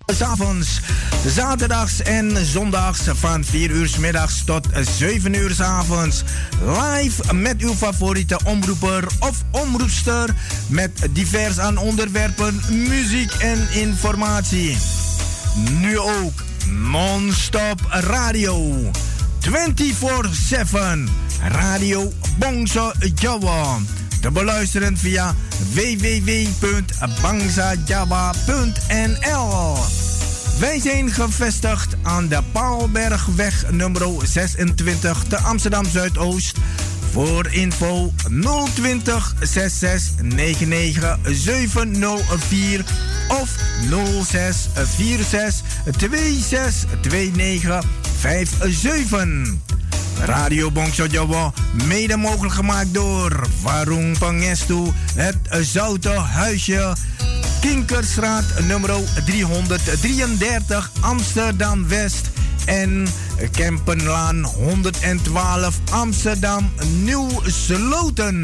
'Avonds, zaterdags en zondags van 4 uur 's middags tot 7 uur 's avonds. Live met uw favoriete omroeper of omroepster met divers aan onderwerpen, muziek en informatie. Nu ook non-stop radio. 24/7 Radio Bangsa Jawa. Te beluisteren via www.bangsajawa.nl. Wij zijn gevestigd aan de Paalbergweg nummer 26 te Amsterdam Zuidoost. Voor info 020 66 99 704 of 06 46 26 29 57. Radio Bangsa Jawa, mede mogelijk gemaakt door Warung Pangestu, het Zoute Huisje, Kinkerstraat nummer 333 Amsterdam West en Kempenlaan 112 Amsterdam Nieuw Sloten.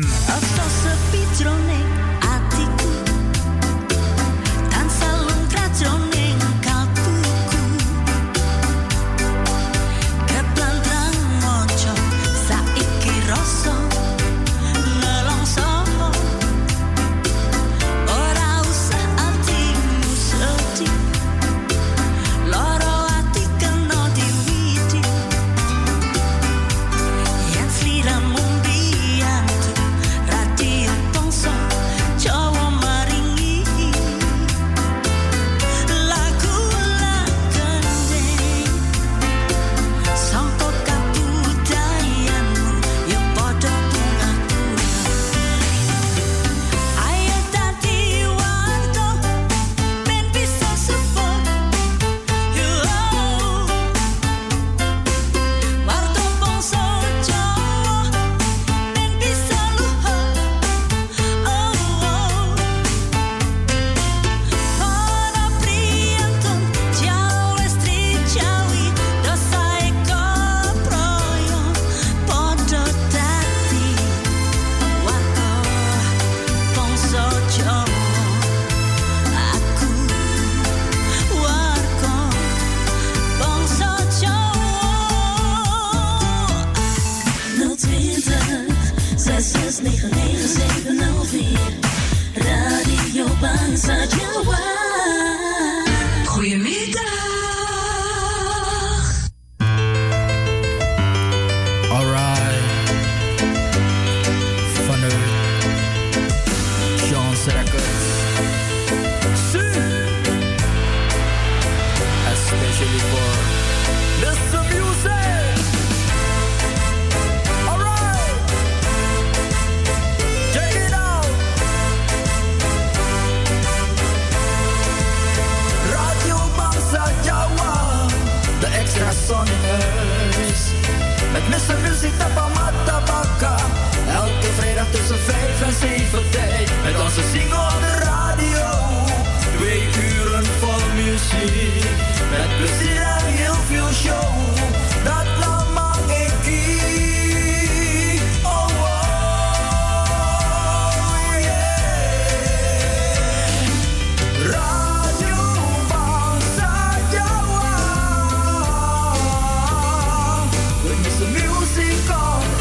Music on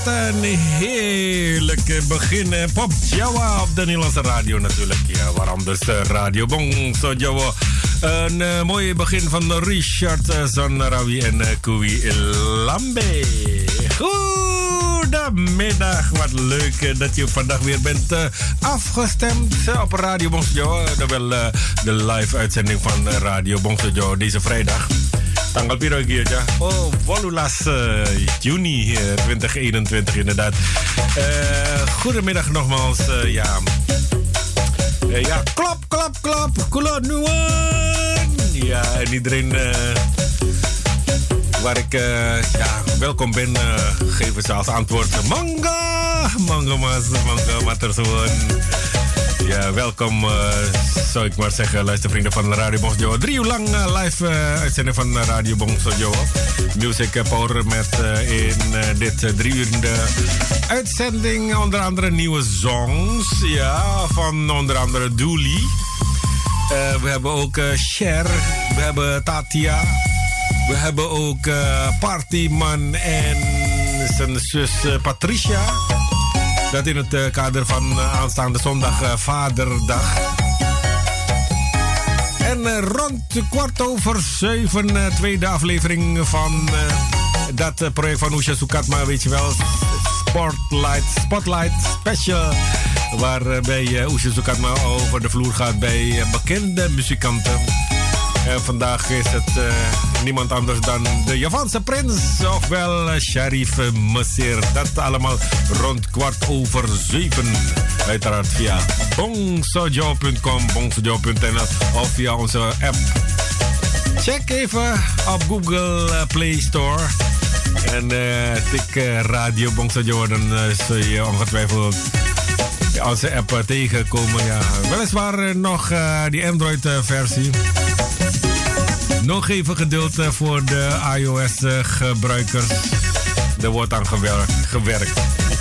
een heerlijk begin. Pop Jawa op de Nederlandse radio natuurlijk. Ja, waarom dus Radio Bongso Jawa. Een mooi begin van Richard Zanarawi en Koui Lambe. Goedemiddag, wat leuk dat je vandaag weer bent afgestemd op Radio Bongso Jawa. De live uitzending van Radio Bongso Jawa deze vrijdag. Tanggal piro ya? Oh, 18 juni 2021 inderdaad. Goedemiddag nogmaals. Ja, klap. Kulonuan. Ja, en iedereen waar ik welkom ben, geven ze als antwoord manga matersoon. Ja, welkom, zou ik maar zeggen, luistervrienden van Radio Bongso Jawa. 3 uur lang live uitzending van Radio Bongso Jawa. Music Power met in dit 3 uur in de uitzending onder andere nieuwe songs. Ja, van onder andere Dooley. We hebben ook Cher. We hebben Tatia. We hebben ook Partyman en zijn zus Patricia. Dat in het kader van aanstaande zondag Vaderdag. En rond 7:15, tweede aflevering van dat project van Usha Sukatma, weet je wel. Spotlight Special. Waarbij Usha Sukatma over de vloer gaat bij bekende muzikanten. En vandaag is het niemand anders dan de Javaanse prins, ofwel Sharif Mesir. Dat allemaal rond 7:15. Uiteraard via bongsojo.com, bongsojo.nl of via onze app. Check even op Google Play Store. En tik Radio Bongso Jawa, dan zul je ongetwijfeld onze app tegenkomen. Ja, weliswaar nog die Android-versie. Nog even geduld voor de iOS-gebruikers. Er wordt aan gewerkt.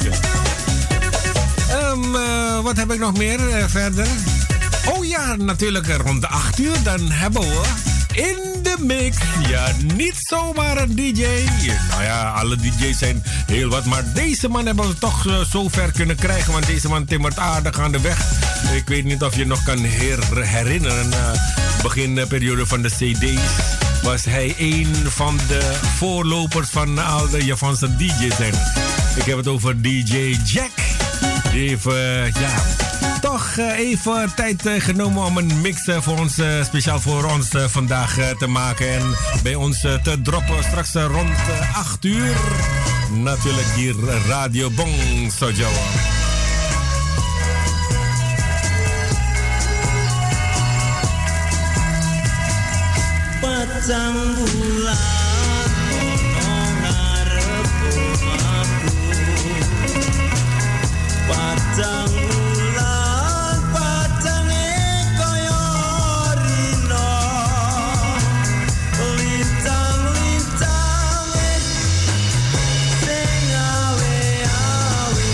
Wat heb ik nog meer verder? Oh ja, natuurlijk rond de 8 uur. Dan hebben we in de mix. Ja, niet zomaar een DJ. Nou ja, alle DJ's zijn heel wat. Maar deze man hebben we toch zo ver kunnen krijgen. Want deze man timmert aardig aan de weg. Ik weet niet of je nog kan herinneren. Beginperiode van de CD's was hij een van de voorlopers van al de Javaanse DJ's. Ik heb het over DJ Jack. Die heeft toch even tijd genomen om een mix voor ons, speciaal voor ons vandaag te maken. En bij ons te droppen straks rond 8 uur. Natuurlijk hier Radio Bongso Jawa. Patang bulan ono ngarep omahku. Patang bulan patange kaya rino. Lintang-lintange sing awe-awe.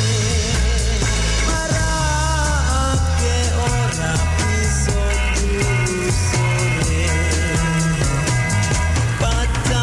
Marake ora bisa turu sore. Patang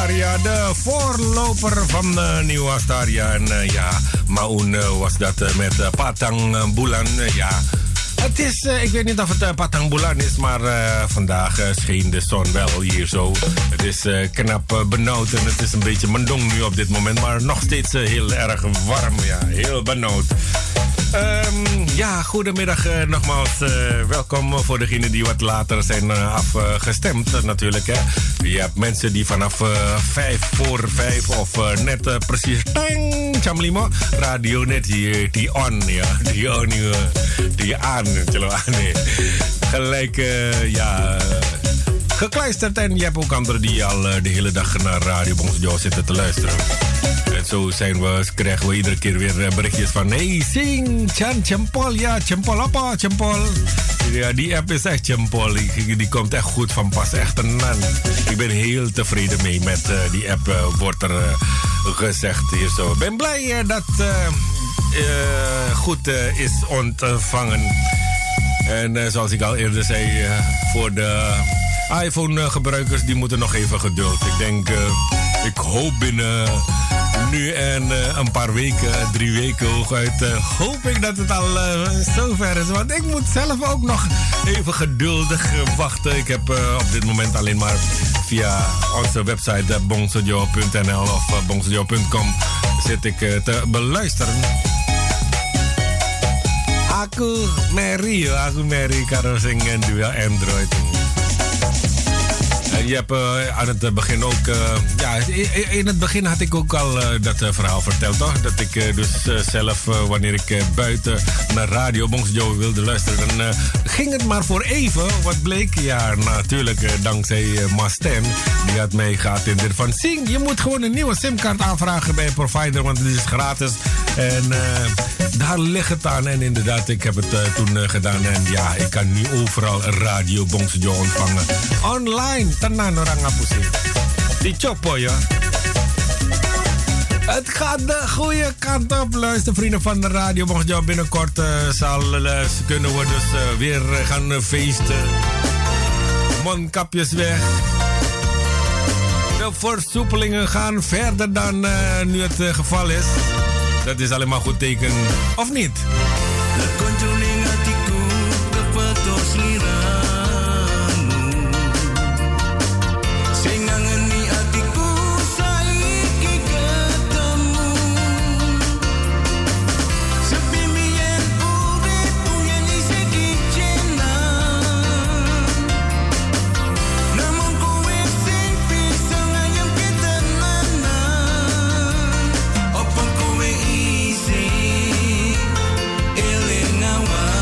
Astaria, de voorloper van Nieuw Astaria. En Maun was dat met Patang Bulan. Het is, ik weet niet of het Patang Bulan is, maar vandaag scheen de zon wel hier zo. Het is knap benauwd en het is een beetje mendong nu op dit moment, maar nog steeds heel erg warm. Ja, heel benauwd. Goedemiddag nogmaals. Welkom voor degenen die wat later zijn afgestemd natuurlijk. Hè. Je hebt mensen die vanaf 5:05 of net precies Chamlimo radio net die on ja, die aan gelijk gekluisterd. En je hebt ook anderen die al de hele dag naar Radio Bongso zitten te luisteren. En zo krijgen we iedere keer weer berichtjes van... Hey, Sing, Chan, Chempol. Ja, Chempol, apa, Chempol. Ja, die app is echt Chempol. Die komt echt goed van pas. Echt een man. Ik ben heel tevreden mee met die app, wordt er gezegd hier zo. Ik ben blij dat goed is ontvangen. En zoals ik al eerder zei, voor de iPhone-gebruikers... die moeten nog even geduld. Ik denk, ik hoop binnen... Nu en een paar weken, 3 weken hooguit, hoop ik dat het al zover is. Want ik moet zelf ook nog even geduldig wachten. Ik heb op dit moment alleen maar via onze website bongsojo.nl of bongsojo.com zit ik te beluisteren. Aku Mary, karo zingen duel Android. En je hebt aan het begin ook... in het begin had ik ook al dat verhaal verteld, toch? Dat ik dus zelf, wanneer ik buiten naar Radio Bongso wilde luisteren... dan ging het maar voor even. Wat bleek? Ja, natuurlijk dankzij Masten. Die had mij geattendeerd van... Sing, je moet gewoon een nieuwe simkaart aanvragen bij een provider... want het is gratis. En daar ligt het aan. En inderdaad, ik heb het toen gedaan. En ja, ik kan nu overal Radio Bongso ontvangen. Online. Tenan orang ngapusin. Dicopo ja. Het gaat de goede kant op. Luister vrienden van de Radio Bongso. Binnenkort kunnen we dus weer gaan feesten. Mondkapjes weg. De versoepelingen gaan verder dan nu het geval is. Dat is alleen maar goed teken. Of niet? Eling awal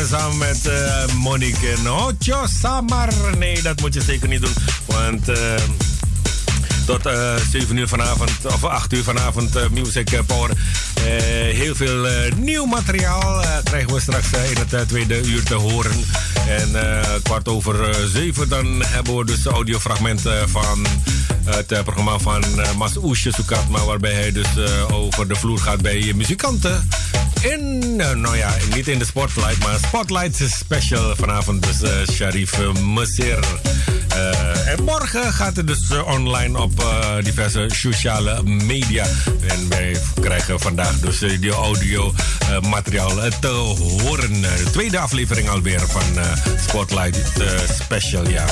samen met Monique. Nocho Samar. Nee, dat moet je zeker niet doen. Want tot 7 uur vanavond, of 8 uur vanavond, Music Power. Heel veel nieuw materiaal krijgen we straks in het tweede uur te horen. En 7:15 dan hebben we dus audiofragmenten van het programma van Mas Oesje Soekatma, waarbij hij dus over de vloer gaat bij muzikanten. Nou ja, niet in de Spotlight, maar Spotlight special vanavond. Dus Sharif Mesir. En morgen gaat het dus online op diverse sociale media. En wij krijgen vandaag dus die audio materiaal te horen. De tweede aflevering alweer van Spotlight special, ja.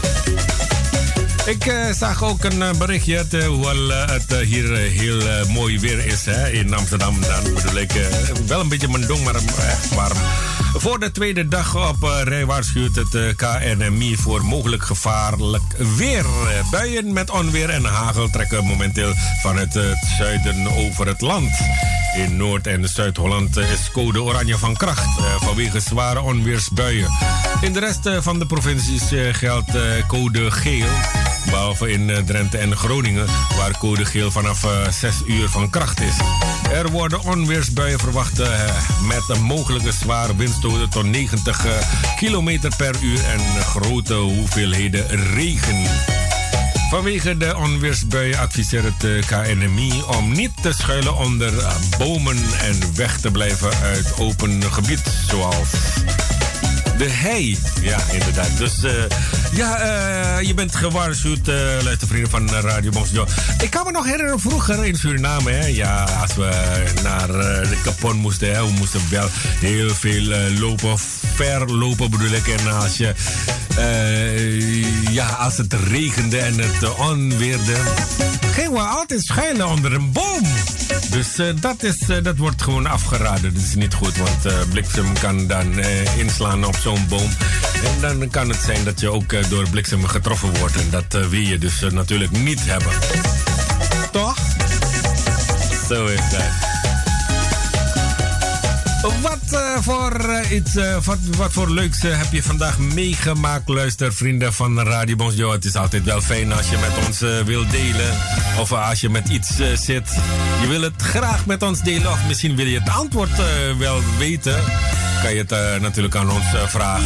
Ik zag ook een berichtje, hoewel het hier heel mooi weer is in Amsterdam. Dan bedoel ik wel een beetje mendong, maar echt warm. Voor de tweede dag op rij waarschuwt het KNMI voor mogelijk gevaarlijk weer. Buien met onweer en hagel trekken momenteel vanuit het zuiden over het land. In Noord- en Zuid-Holland is code oranje van kracht vanwege zware onweersbuien. In de rest van de provincies geldt code geel. Behalve in Drenthe en Groningen, waar code geel vanaf 6 uur van kracht is. Er worden onweersbuien verwacht met een mogelijke zware windstoten tot 90 km per uur en grote hoeveelheden regen. Vanwege de onweersbuien adviseert het KNMI om niet te schuilen onder bomen en weg te blijven uit open gebied, zoals de hei. Ja, inderdaad. Dus je bent gewaarschuwd, luistervrienden van Radio Bonsjo. Ik kan me nog herinneren vroeger in Suriname, hè. Ja, als we naar de Capon moesten, hè, we moesten wel heel veel lopen, ver lopen bedoel ik. En als je, als het regende en het onweerde, gingen we altijd schuilen onder een boom. Dus dat wordt gewoon afgeraden. Dat is niet goed, want bliksem kan dan inslaan op zo'n boom. En dan kan het zijn dat je ook door bliksem getroffen wordt. En dat wil je dus natuurlijk niet hebben. Toch? Zo is dat. Wat voor leuks heb je vandaag meegemaakt, luistervrienden van Radio Bonsjo? Het is altijd wel fijn als je met ons wilt delen. Of als je met iets zit. Je wil het graag met ons delen. Of misschien wil je het antwoord wel weten. Kan je het natuurlijk aan ons vragen.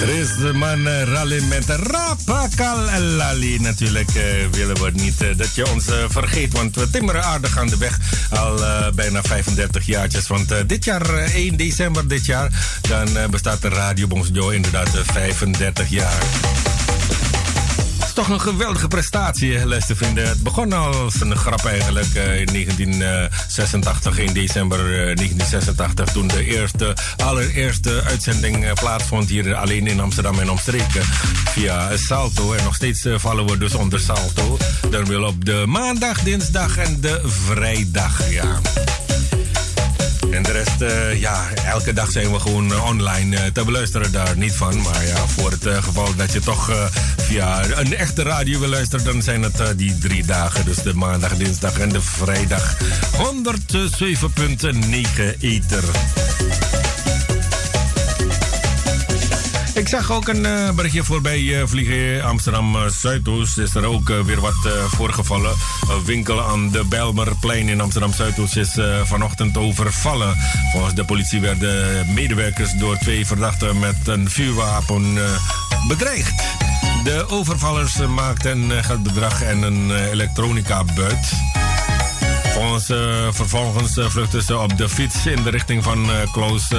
Rizman Ralin met Rapakal Lali. Natuurlijk willen we niet dat je ons vergeet, want we timmeren aardig aan de weg. Al bijna 35 jaartjes. Want dit jaar, 1 december dit jaar, dan bestaat de Radio Bongso inderdaad 35 jaar. Toch een geweldige prestatie, luistervrienden. Het begon als een grap eigenlijk in 1986, 1 december 1986, toen de allereerste uitzending plaatsvond hier alleen in Amsterdam en omstreken via Salto. En nog steeds vallen we dus onder Salto. Dan wel op de maandag, dinsdag en de vrijdag, ja. En de rest, elke dag zijn we gewoon online te beluisteren, daar niet van. Maar ja, voor het geval dat je toch via een echte radio wil luisteren, dan zijn het die 3 dagen. Dus de maandag, dinsdag en de vrijdag. 107.9 ether. Ik zag ook een berichtje voorbij vliegen. Amsterdam Zuidoost is er ook weer wat voorgevallen. Een winkel aan de Bijlmerplein in Amsterdam Zuidoost is vanochtend overvallen. Volgens de politie werden medewerkers door 2 verdachten met een vuurwapen bedreigd. De overvallers maakten een geldbedrag en een elektronica buit. Vervolgens vluchtten ze op de fiets in de richting van Klaus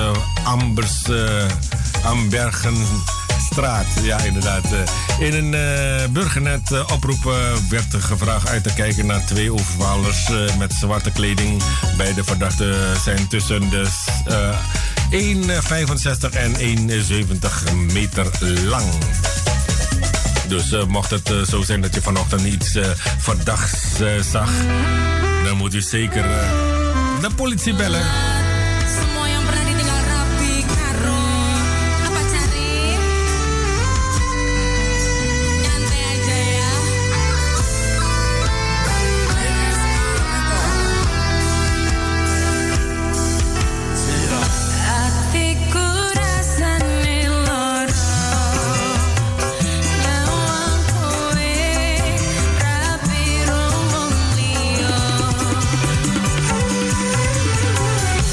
Ambergenstraat. Ja, inderdaad. In een burgernet oproep werd gevraagd uit te kijken naar 2 overvallers met zwarte kleding. Beide verdachten zijn tussen de 1,65 en 1,70 meter lang. Dus mocht het zo zijn dat je vanochtend iets verdachts zag, dan moet u zeker de politie bellen. Semua yang pernah ditinggal rapi karo apa cari? Nyantai aja ya. Hatiku rasane loro nyawang kowe rapi rumong liya.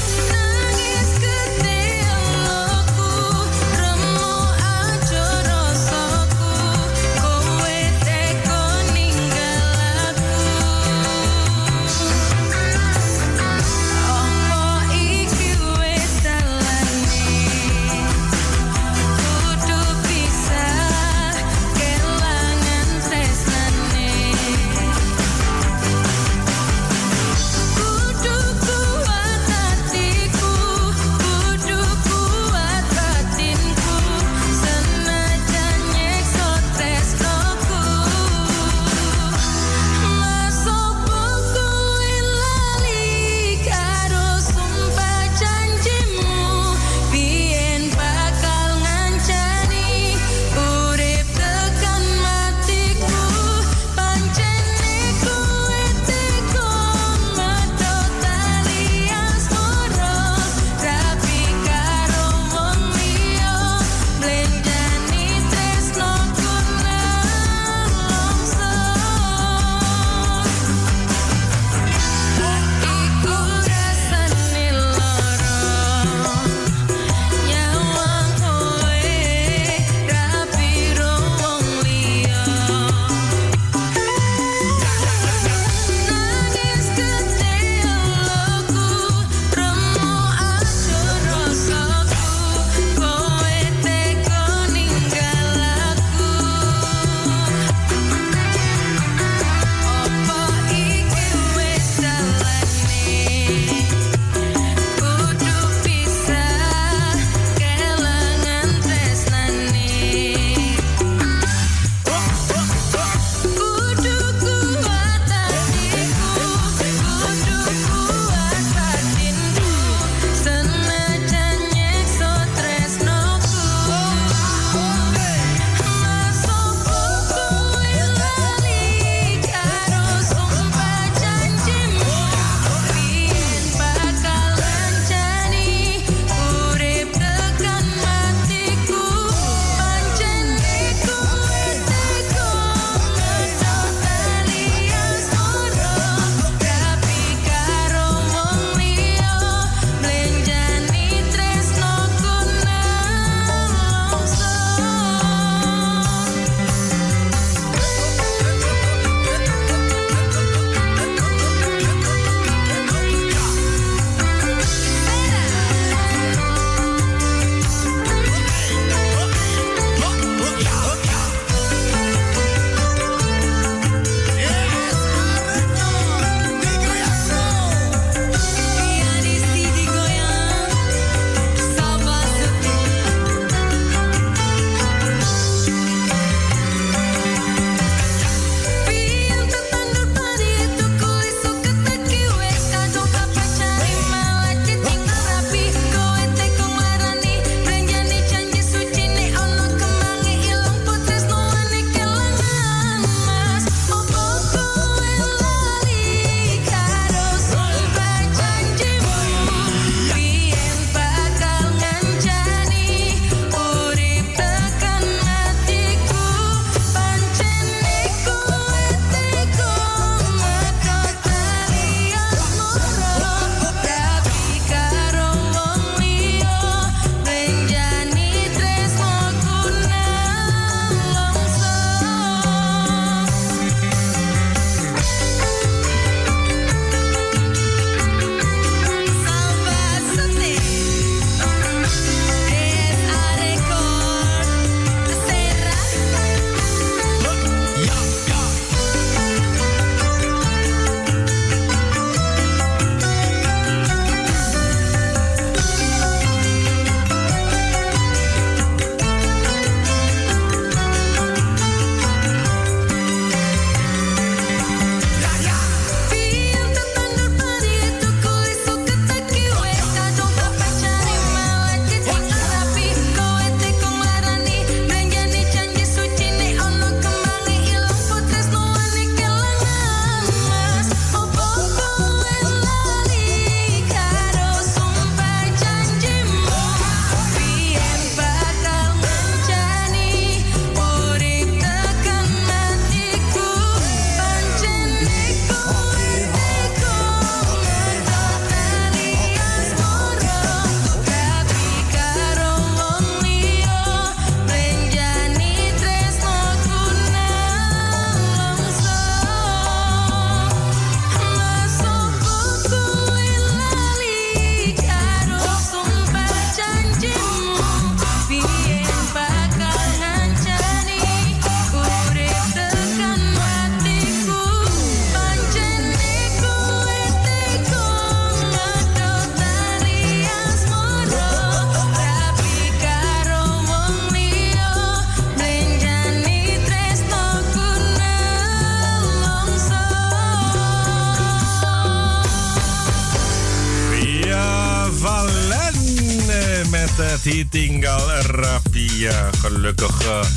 Die tinggal rapi. Ja, gelukkig.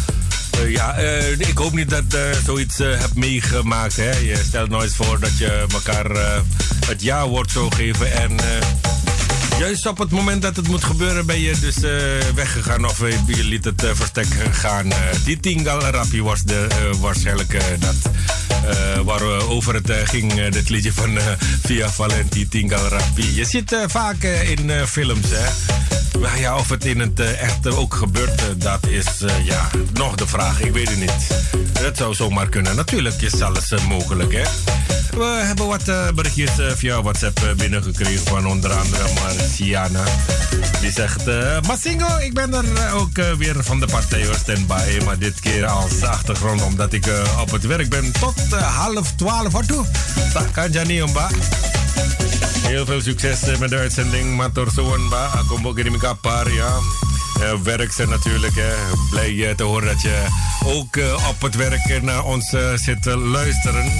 Ik hoop niet dat zoiets hebt meegemaakt. Hè? Je stelt nooit voor dat je elkaar het ja-woord zou geven. En juist op het moment dat het moet gebeuren ben je dus weggegaan. Of je liet het verstek gaan. Die tinggal rapi was waarschijnlijk dat. Waarover het ging, dit liedje van Via Valenti, Tinggal Rapi. Je ziet vaak in films, hè. Maar ja, of het in het echt ook gebeurt, dat is nog de vraag. Ik weet het niet. Het zou zomaar kunnen. Natuurlijk is alles mogelijk, hè. We hebben wat berichtjes via WhatsApp binnengekregen van onder andere Marciana. Die zegt, Masingo, ik ben er ook weer van de partij standby. Maar dit keer als achtergrond, omdat ik op het werk ben tot 11:30. Wat doe? Dat kan je niet, Mba. Heel veel succes met de uitzending. Matorsoon, Mba. Kom ook in elkaar, ja. Werk ze natuurlijk, hè. Blij te horen dat je ook op het werk naar ons zit te luisteren.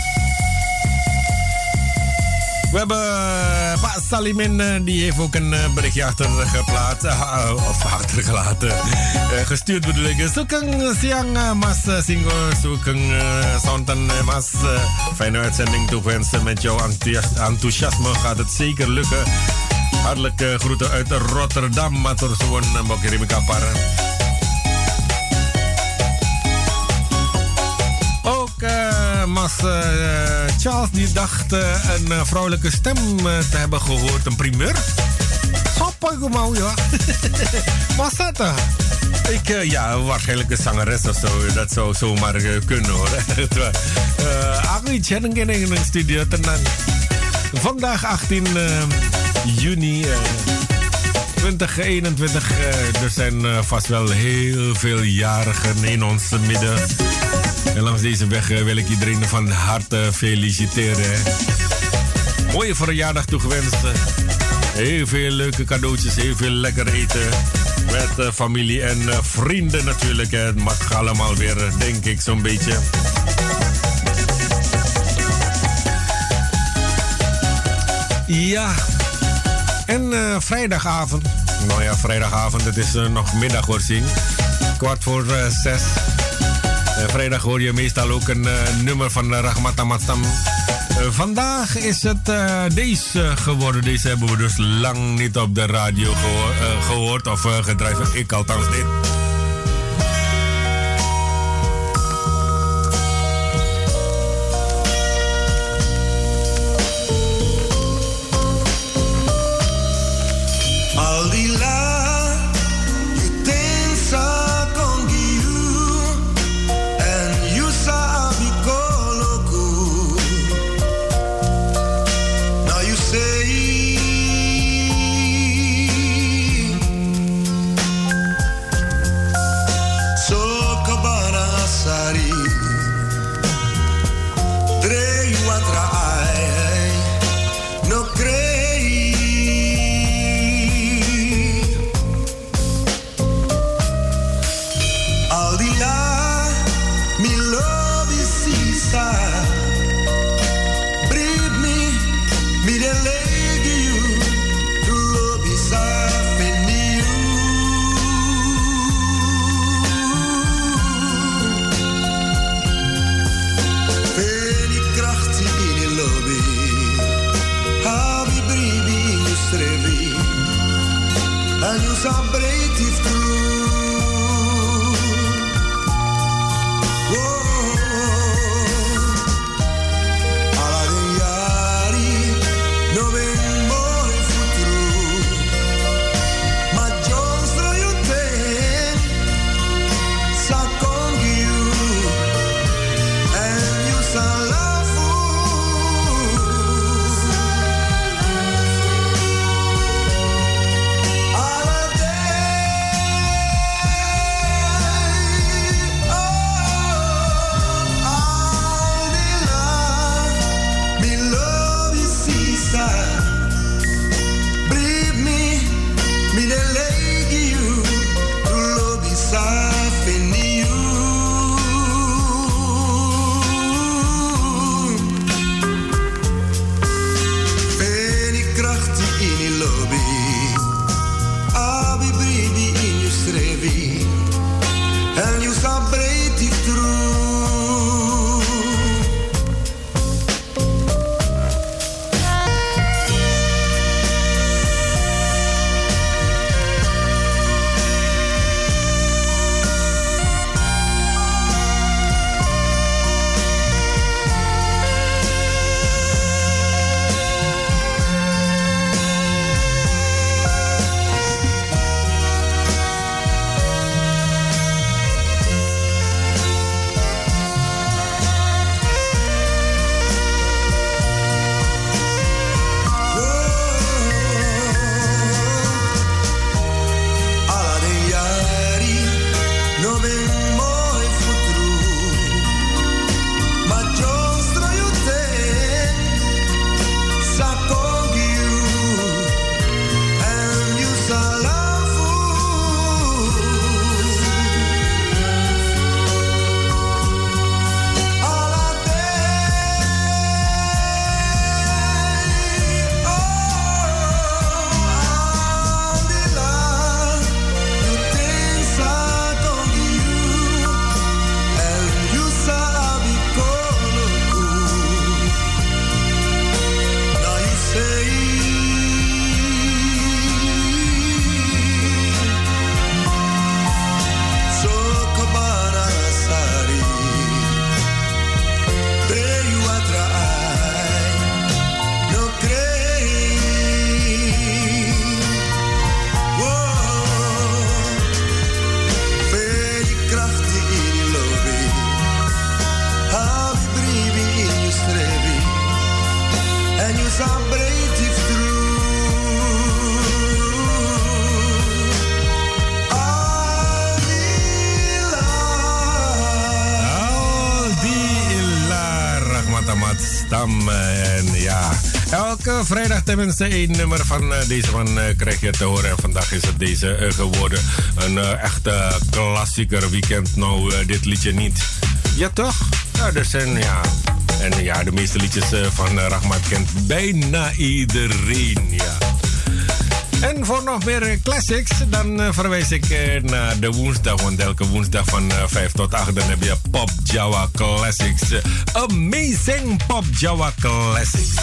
We hebben Pa Salimin, die heeft ook een berichtje achtergelaten. Gestuurd bedoel ik. Sukeng siang Mas Singo, sukeng sonten Mas. Fijne uitzending toewensen. Met jouw enthousiasme gaat het zeker lukken. Hartelijk groeten uit Rotterdam. Matur suwun mbok kirim kapar. Ook Mas Charles die dacht een vrouwelijke stem te hebben gehoord. Een primeur. Sapa ik mau ja. Was dat? Waarschijnlijk een zangeres of zo. Dat zou zomaar kunnen hoor. Aku chen in een studio tenang. Vandaag 18 juni 2021. Er zijn vast wel heel veel jarigen in ons midden. En langs deze weg wil ik iedereen van harte feliciteren. Mooie verjaardag toegewenst. Heel veel leuke cadeautjes, heel veel lekker eten. Met familie en vrienden natuurlijk. Het mag allemaal weer, denk ik, zo'n beetje. Ja. En vrijdagavond. Nou ja, vrijdagavond, het is nog middag hoor zien. 5:15. Vrijdag hoor je meestal ook een nummer van Rahmat Amatstam. Vandaag is het deze geworden. Deze hebben we dus lang niet op de radio gehoord of gedraaid. Ik althans niet. Amsterdam. En ja, elke vrijdag tenminste 1 nummer van deze man krijg je te horen. En vandaag is het deze geworden. Een echte klassieker. Wie kent nou dit liedje niet? Ja, toch? Ja, er zijn, ja. En ja, de meeste liedjes van Rahmat kent bijna iedereen, ja. En voor nog meer classics, dan verwijs ik naar de woensdag. Want elke woensdag van 5 tot 8 dan heb je Pop Java Classics. Amazing Pop Java Classics.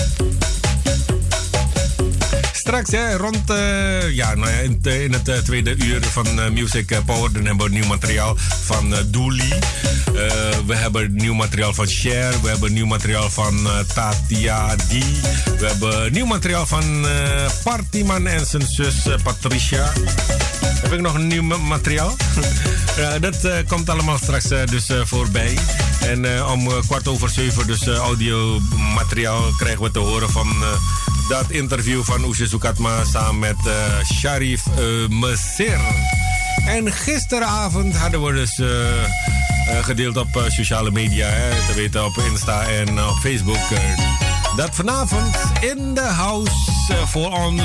Straks rond in het tweede uur van Music Power dan hebben we nieuw materiaal van Dooley. We hebben nieuw materiaal van Cher. We hebben nieuw materiaal van Tatia D. We hebben nieuw materiaal van Partyman en zijn zus Patricia. Heb ik nog een nieuw materiaal? Dat komt allemaal straks dus voorbij. En om 6:15 dus audio materiaal krijgen we te horen van dat interview van Oesje Soekatma samen met Sharif Mesir. En gisteravond hadden we dus gedeeld op sociale media, te weten op Insta en op Facebook, dat vanavond in de house voor ons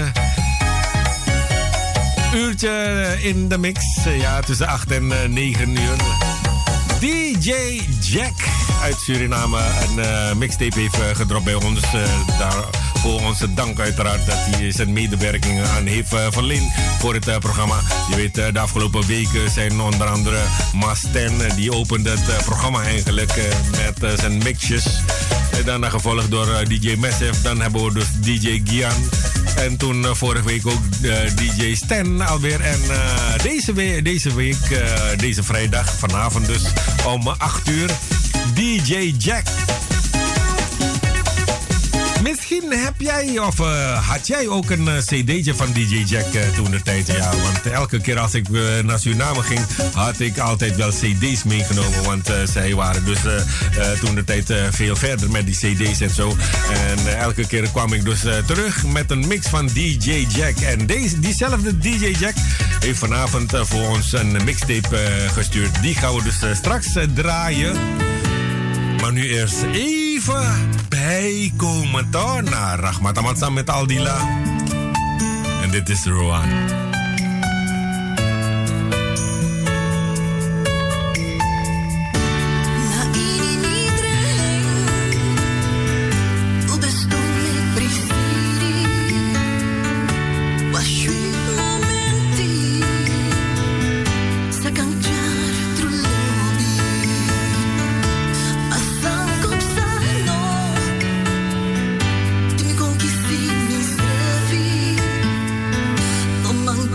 uurtje in de mix, tussen 8 en 9 uur. DJ Jack uit Suriname een mixtape heeft gedropt bij ons. Daarvoor onze dank uiteraard dat hij zijn medewerking aan heeft verleend voor het programma. Je weet, de afgelopen weken zijn onder andere Masten, die opende het programma eigenlijk met zijn mixjes. En daarna gevolgd door DJ Massive. Dan hebben we dus DJ Gian. En toen vorige week ook DJ Stan alweer. En deze vrijdag, vanavond dus om 8 uur, DJ Jack. Misschien heb jij of had jij ook een cd'tje van DJ Jack toen de tijd. Ja, want elke keer als ik naar Suriname ging, had ik altijd wel cd's meegenomen. Want zij waren dus toen de tijd veel verder met die cd's en zo. En elke keer kwam ik dus terug met een mix van DJ Jack. En diezelfde DJ Jack heeft vanavond voor ons een mixtape gestuurd. Die gaan we dus straks draaien. Maar nu eerst even bijkomen toch naar Rahmat Ahmad samen met Aldila. En dit is Rowan. Among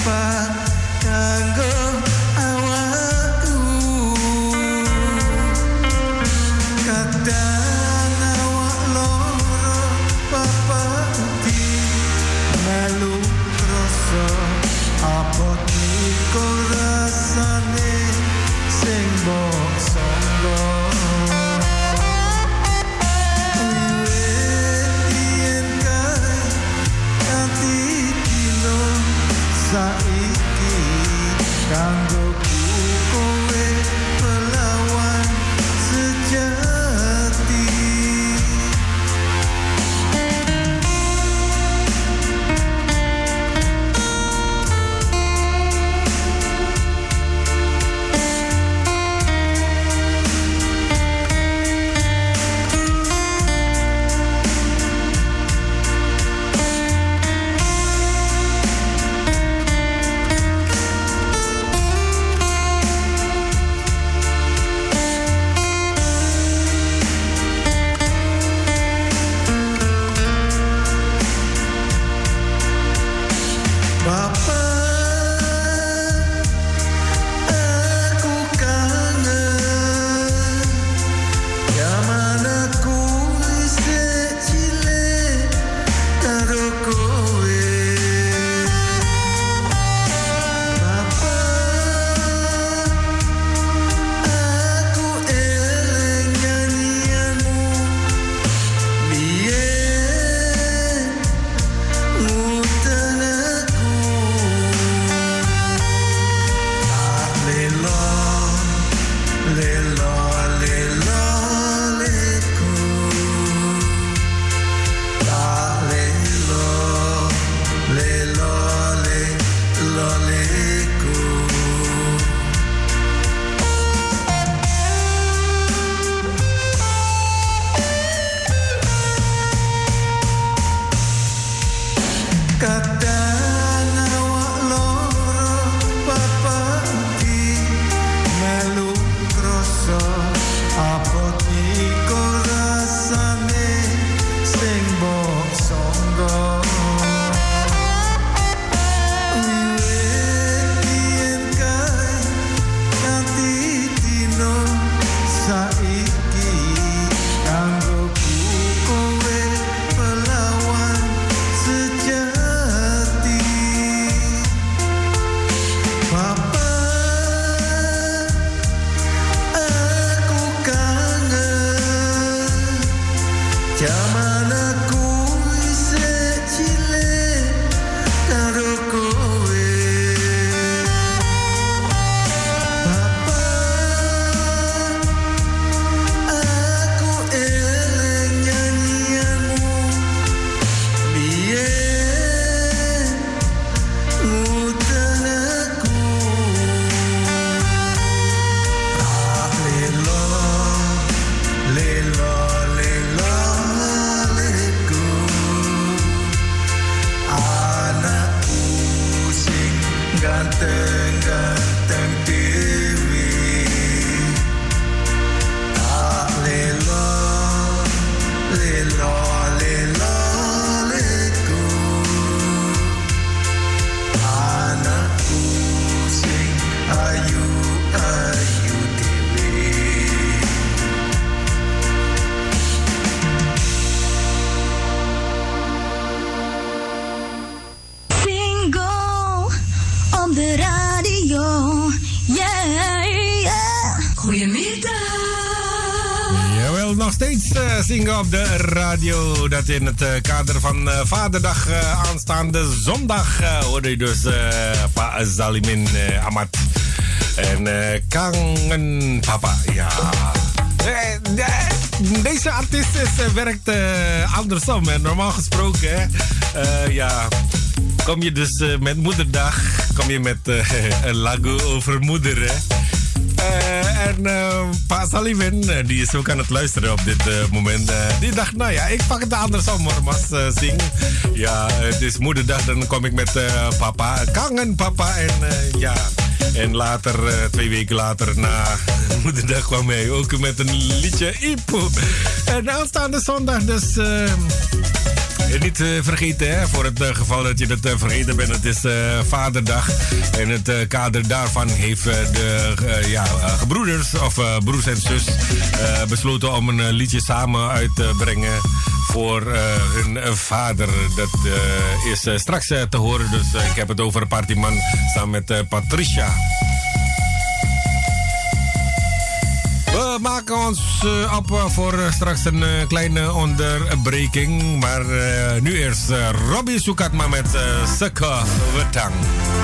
papa kanggo awakku kadang awak loro papa di melu krasa apa iku rasane sing mbok sangga saiki kanggo kowe pelawan sejati Zingen op de radio. Dat in het kader van Vaderdag aanstaande zondag hoorde je dus Pa Zalimin Ahmad en Kangen Papa. Ja. Deze artiest werkt andersom. Normaal gesproken ja, kom je dus met Moederdag kom je met een lagu over moeder. Hè? En Pa Salimin, die is ook aan het luisteren op dit moment. Die dacht, nou ja, ik pak het andersom hoor, mas zing. Ja, het is Moederdag, dan kom ik met papa, Kangen Papa. En ja, en later, 2 weken later, na Moederdag kwam hij ook met een liedje Ipo. En aanstaande zondag dus... niet vergeten, hè, voor het geval dat je het vergeten bent. Het is Vaderdag. En het kader daarvan heeft de gebroeders of broers en zus besloten om een liedje samen uit te brengen voor hun vader. Dat is straks te horen. Dus ik heb het over Partyman samen met Patricia. We maken ons op voor straks een kleine onderbreking. Maar nu eerst Robbie Soekatma met Seke Wetang.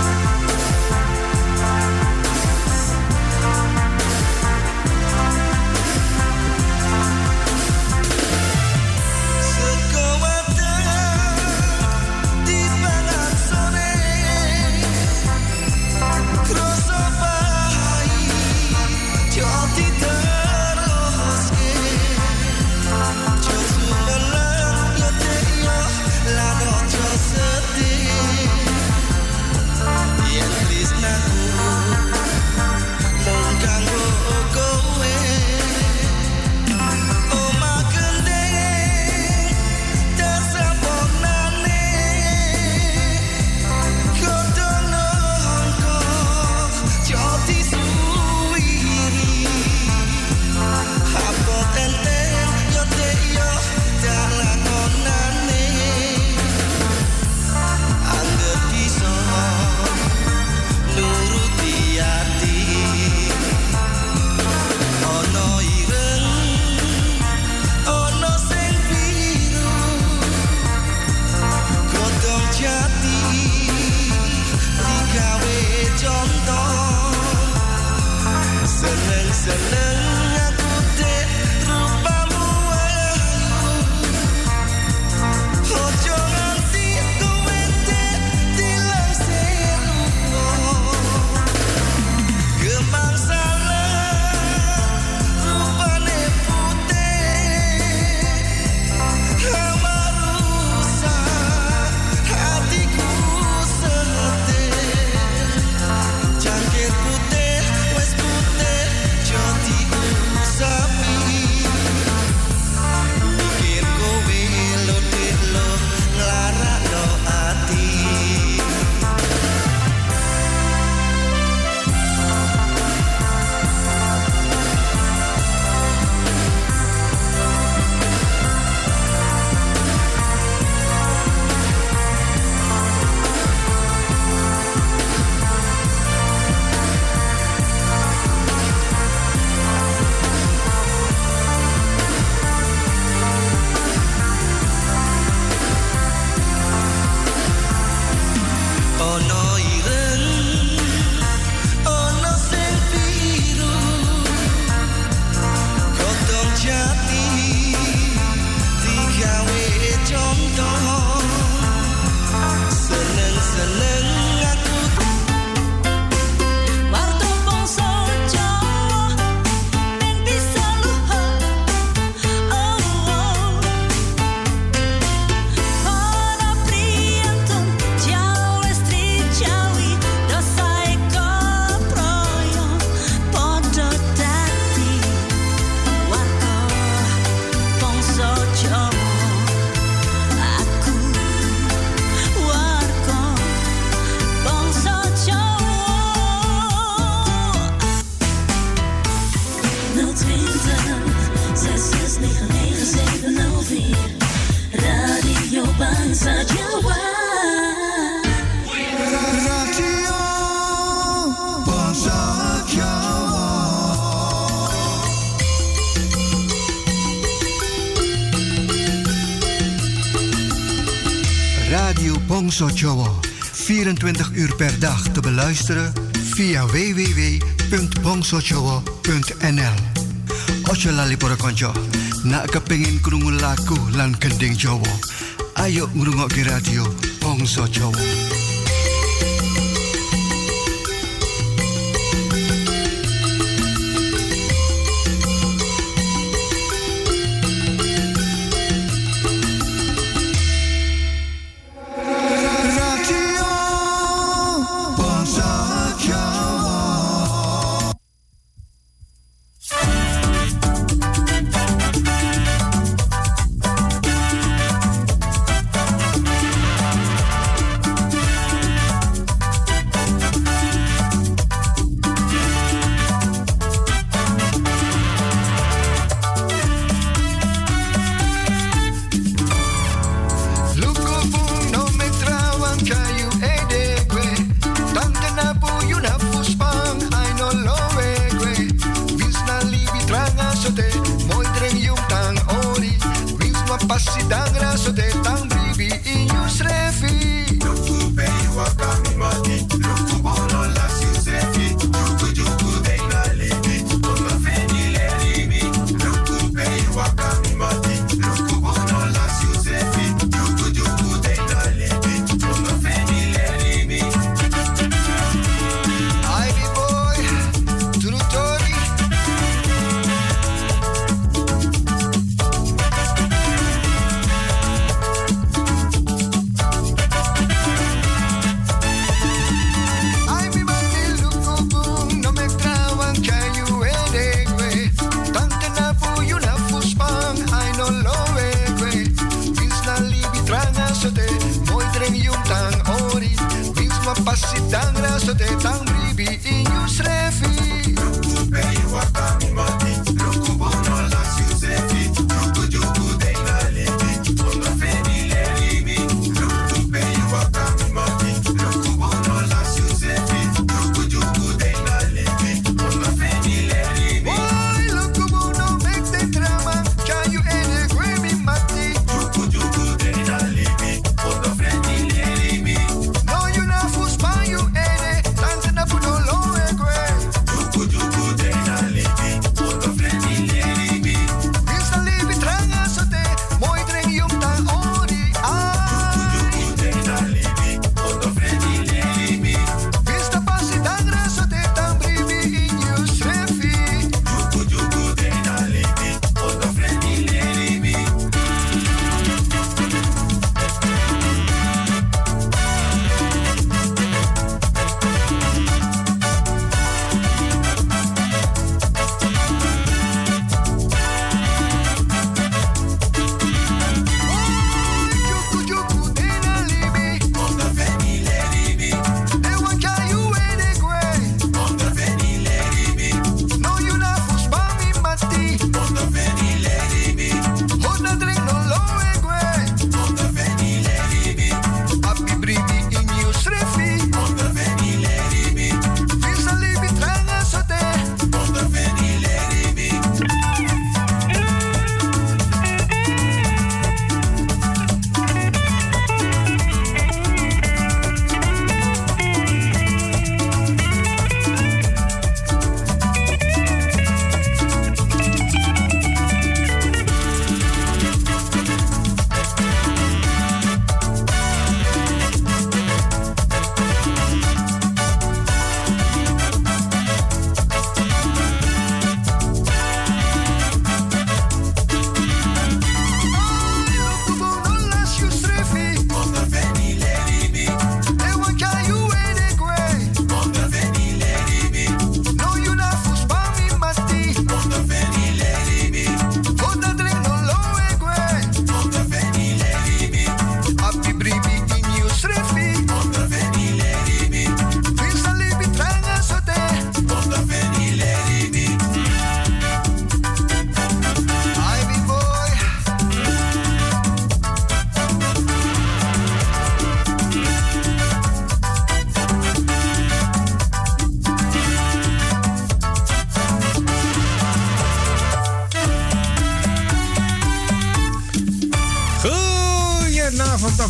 Bongso Jowo, 24 uur per dag te beluisteren via www.bongsojowo.nl. Ojo lali poro konco, nak kepengin krungu lagu lan gending Jowo. Ayo ngrungokke radio Bongso Jowo.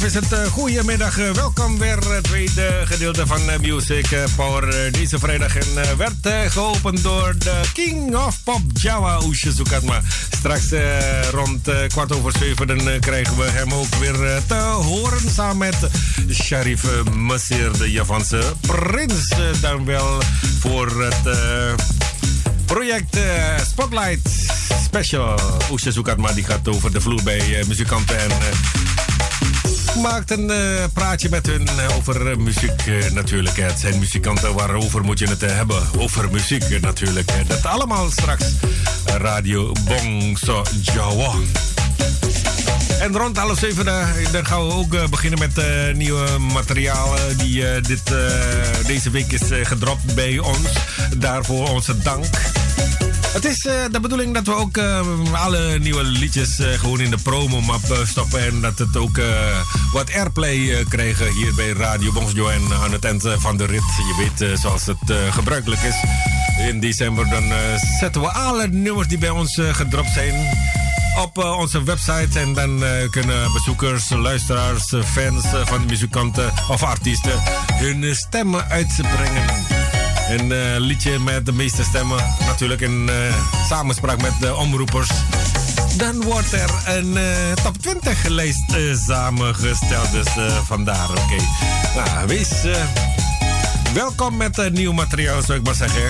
is het goedemiddag. Welkom weer het tweede gedeelte van Music Power. Deze vrijdag en werd geopend door de King of Pop Java, Oesje Soekatma. Straks rond 6:15 dan krijgen we hem ook weer te horen samen met Sharif Masir, de Javanse prins. Dan wel voor het project Spotlight Special. Oesje Soekatma die gaat over de vloer bij muzikanten en maakt een praatje met hun over muziek natuurlijk. Het zijn muzikanten, waarover moet je het hebben? Over muziek natuurlijk. Dat allemaal straks Radio Bongso Jawa. En rond 6:30 dan gaan we ook beginnen met nieuwe materialen die deze week is gedropt bij ons. Daarvoor onze dank. Het is de bedoeling dat we ook alle nieuwe liedjes gewoon in de promo-map stoppen. En dat het ook wat airplay krijgen hier bij Radio Bongso. En aan het eind van de rit, je weet zoals het gebruikelijk is. In december dan zetten we alle nummers die bij ons gedropt zijn op onze website. En dan kunnen bezoekers, luisteraars, fans van de muzikanten of artiesten hun stemmen uitbrengen. Een liedje met de meeste stemmen, natuurlijk in samenspraak met de omroepers. Dan wordt er een top 20 lijst samengesteld, dus vandaar, oké. Nou, wees welkom met nieuw materiaal, zou ik maar zeggen.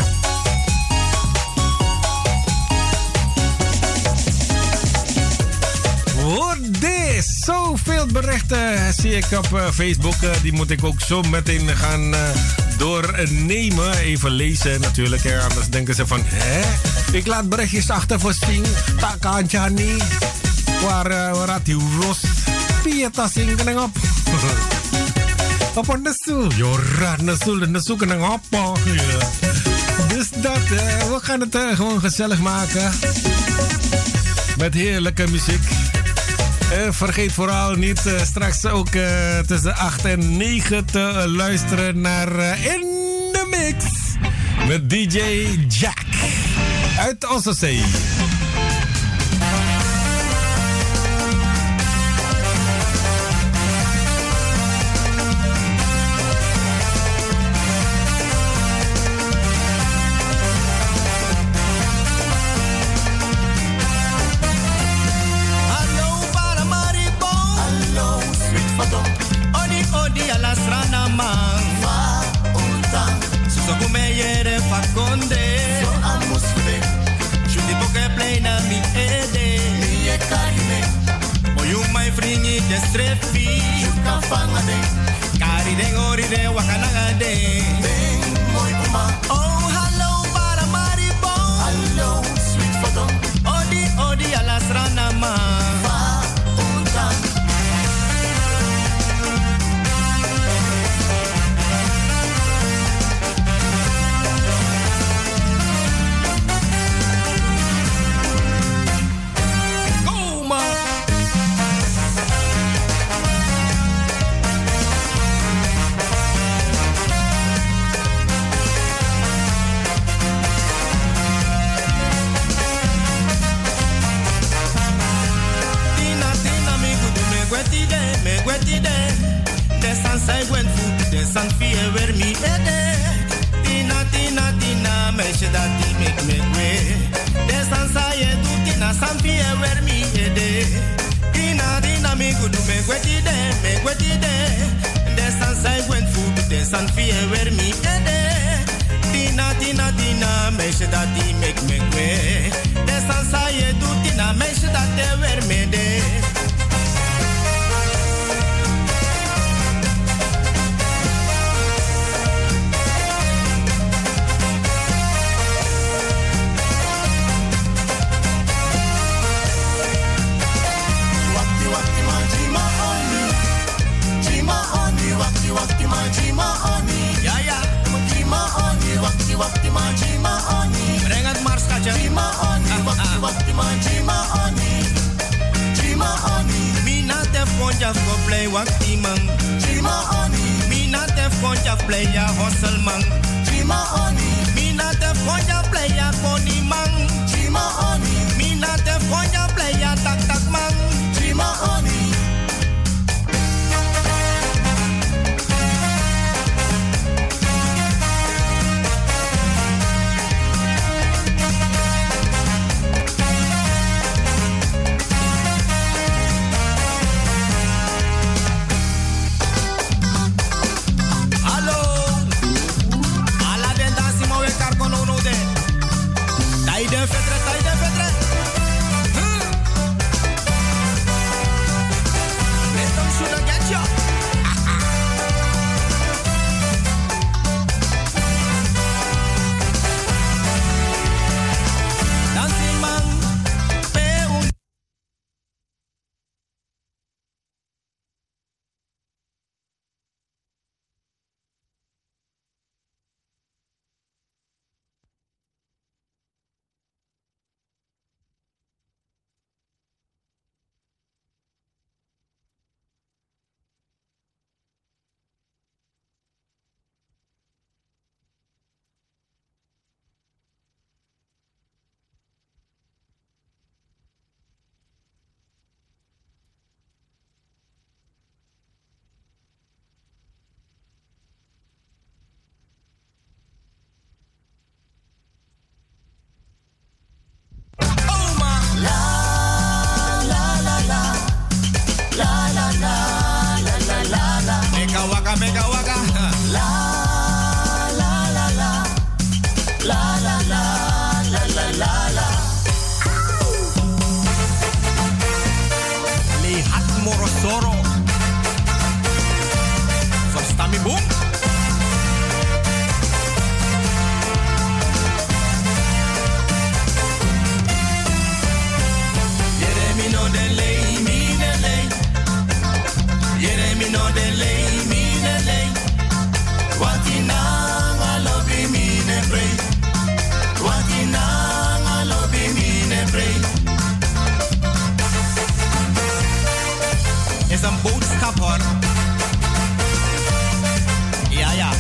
Hoor dit, zoveel berichten zie ik op Facebook. Die moet ik ook zo meteen gaan doornemen. Even lezen natuurlijk. Hè. Anders denken ze van, hè? Ik laat berichtjes achter voor Sing. Takanjani. Waar had die Ros? Pieta Sing op. Op een stoel. Jorra, een stoel en op. Dus dat, we gaan het gewoon gezellig maken. Met heerlijke muziek. Vergeet vooral niet straks ook tussen 8 en 9 te luisteren naar In The Mix met DJ Jack uit Ossosee. Strefi, juka fanga de, kari de ori de wakanaga de, mooi oma. Oh hallo para maribo, hallo sweet fadon, odi alas ranama, va unta. Sai gwen fu de sang fie ver mi ede tina meisje dat die make me de san sai edu tina sang fie ver mi ede tina me good me gwetide de san sai gwen fu de sang fie ver mi ede tina meisje dat die make me de san sai edu tina meisje dat de ver me de. Wakti ma jima oni. Breng het maar schatje. Jima oni. Wakti ma jima oni. Jima oni. Mina te fonja for play wakti man. Jima oni. Mina te fonja play ya hustle man. Jima oni. Mina te fonja play ya koni man. Jima oni. Mina te fonja play ya tak tak man. Jima oni. hoor. Ja, ja.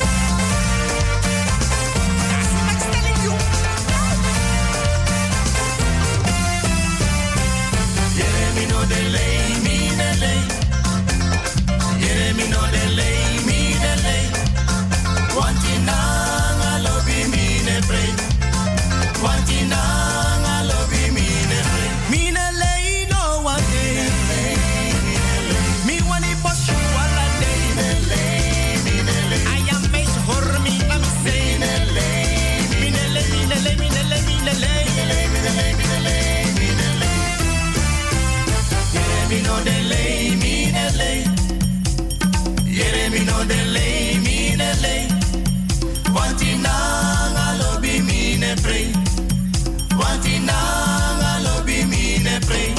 Jeremino de lei, mi de lei. Jeremino de lei, mi de lei. Wantinanga lobi mi ne pre. Wantinanga lobi mi ne pre. Mi ne lei no wante. Mi wani poshu ala day. I am mees hor mi na mi say. Mi ne lei, mi ne lei, mi ne lei, mi ne lei, mi ne lei. Jeremino de lei, mi ne lei. Jeremino de lei, mi ne lei. Wantinanga lobi mi ne pre. Wantinanga lobi mi ne pre.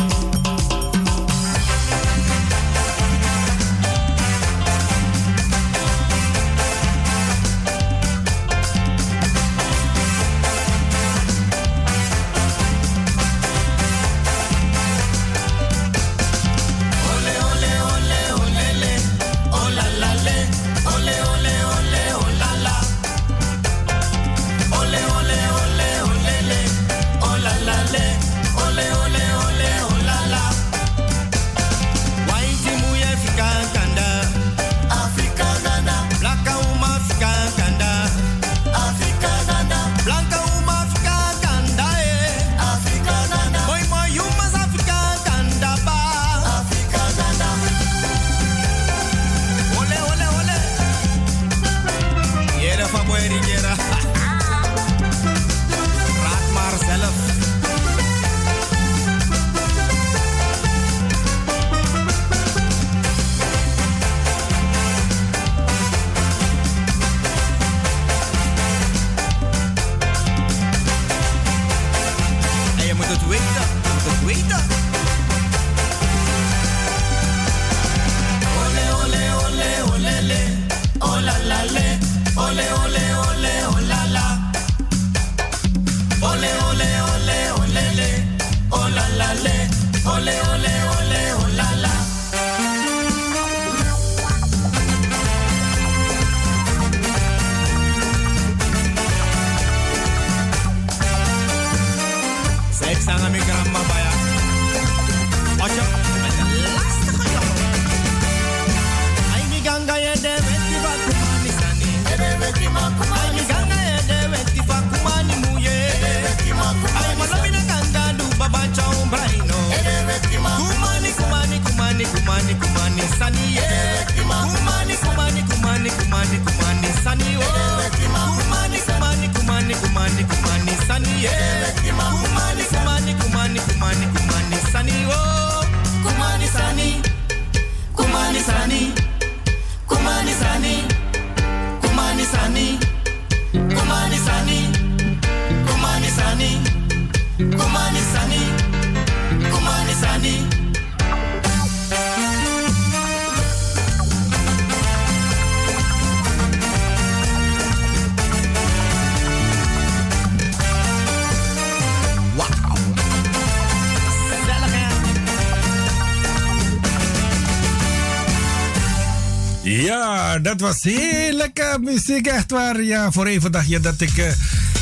Ja, dat was heerlijke muziek, echt waar. Ja, voor even dacht je dat ik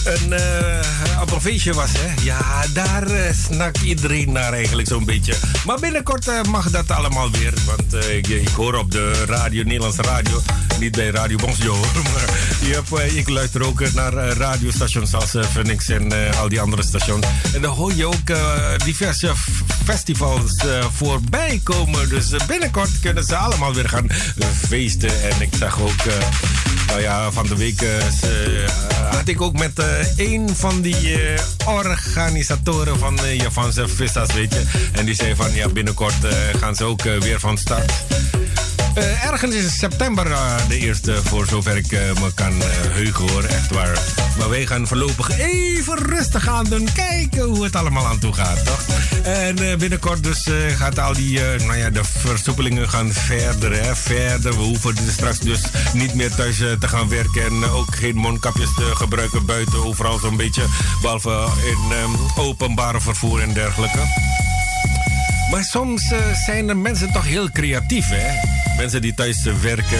op een feestje was, hè. Ja, daar snakt iedereen naar eigenlijk zo'n beetje. Maar binnenkort mag dat allemaal weer. Want ik hoor op de radio, Nederlandse radio, niet bij Radio Bonsjo hoor, maar ik luister ook naar radiostations als Phoenix en al die andere stations. En dan hoor je ook diverse festivals voorbij komen. Dus binnenkort kunnen ze allemaal weer gaan feesten. En ik zag ook, nou ja, van de week had ik ook met een van die organisatoren van Javanse Vistas, weet je. En die zei van, ja, binnenkort gaan ze ook weer van start. Ergens in september de eerste, voor zover ik me kan heugen hoor, echt waar. Maar wij gaan voorlopig even rustig aan doen, kijken hoe het allemaal aan toe gaat, toch? En binnenkort dus gaat al die, nou ja, de versoepelingen gaan verder, hè, verder. We hoeven straks dus niet meer thuis te gaan werken en ook geen mondkapjes te gebruiken buiten, overal zo'n beetje. Behalve in openbare vervoer en dergelijke. Maar soms zijn de mensen toch heel creatief, hè? mensen die thuis werken.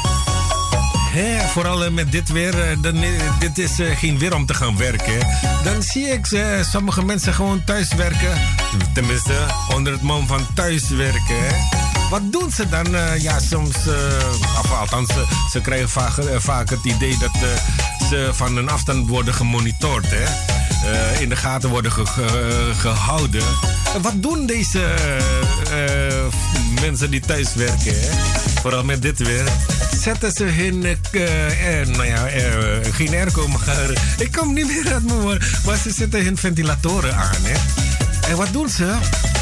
Vooral met dit weer, dit is geen weer om te gaan werken. Dan zie ik sommige mensen gewoon thuis werken. Tenminste, onder het mom van thuiswerken. Wat doen ze dan? Soms, althans, ze krijgen vaak het idee dat ze van een afstand worden gemonitord. In de gaten worden gehouden. Wat doen deze mensen die thuis werken? Vooral met dit weer. Zetten ze hun, geen airco, maar ik kom niet meer uit mijn woord. Maar ze zetten hun ventilatoren aan. En wat doen ze?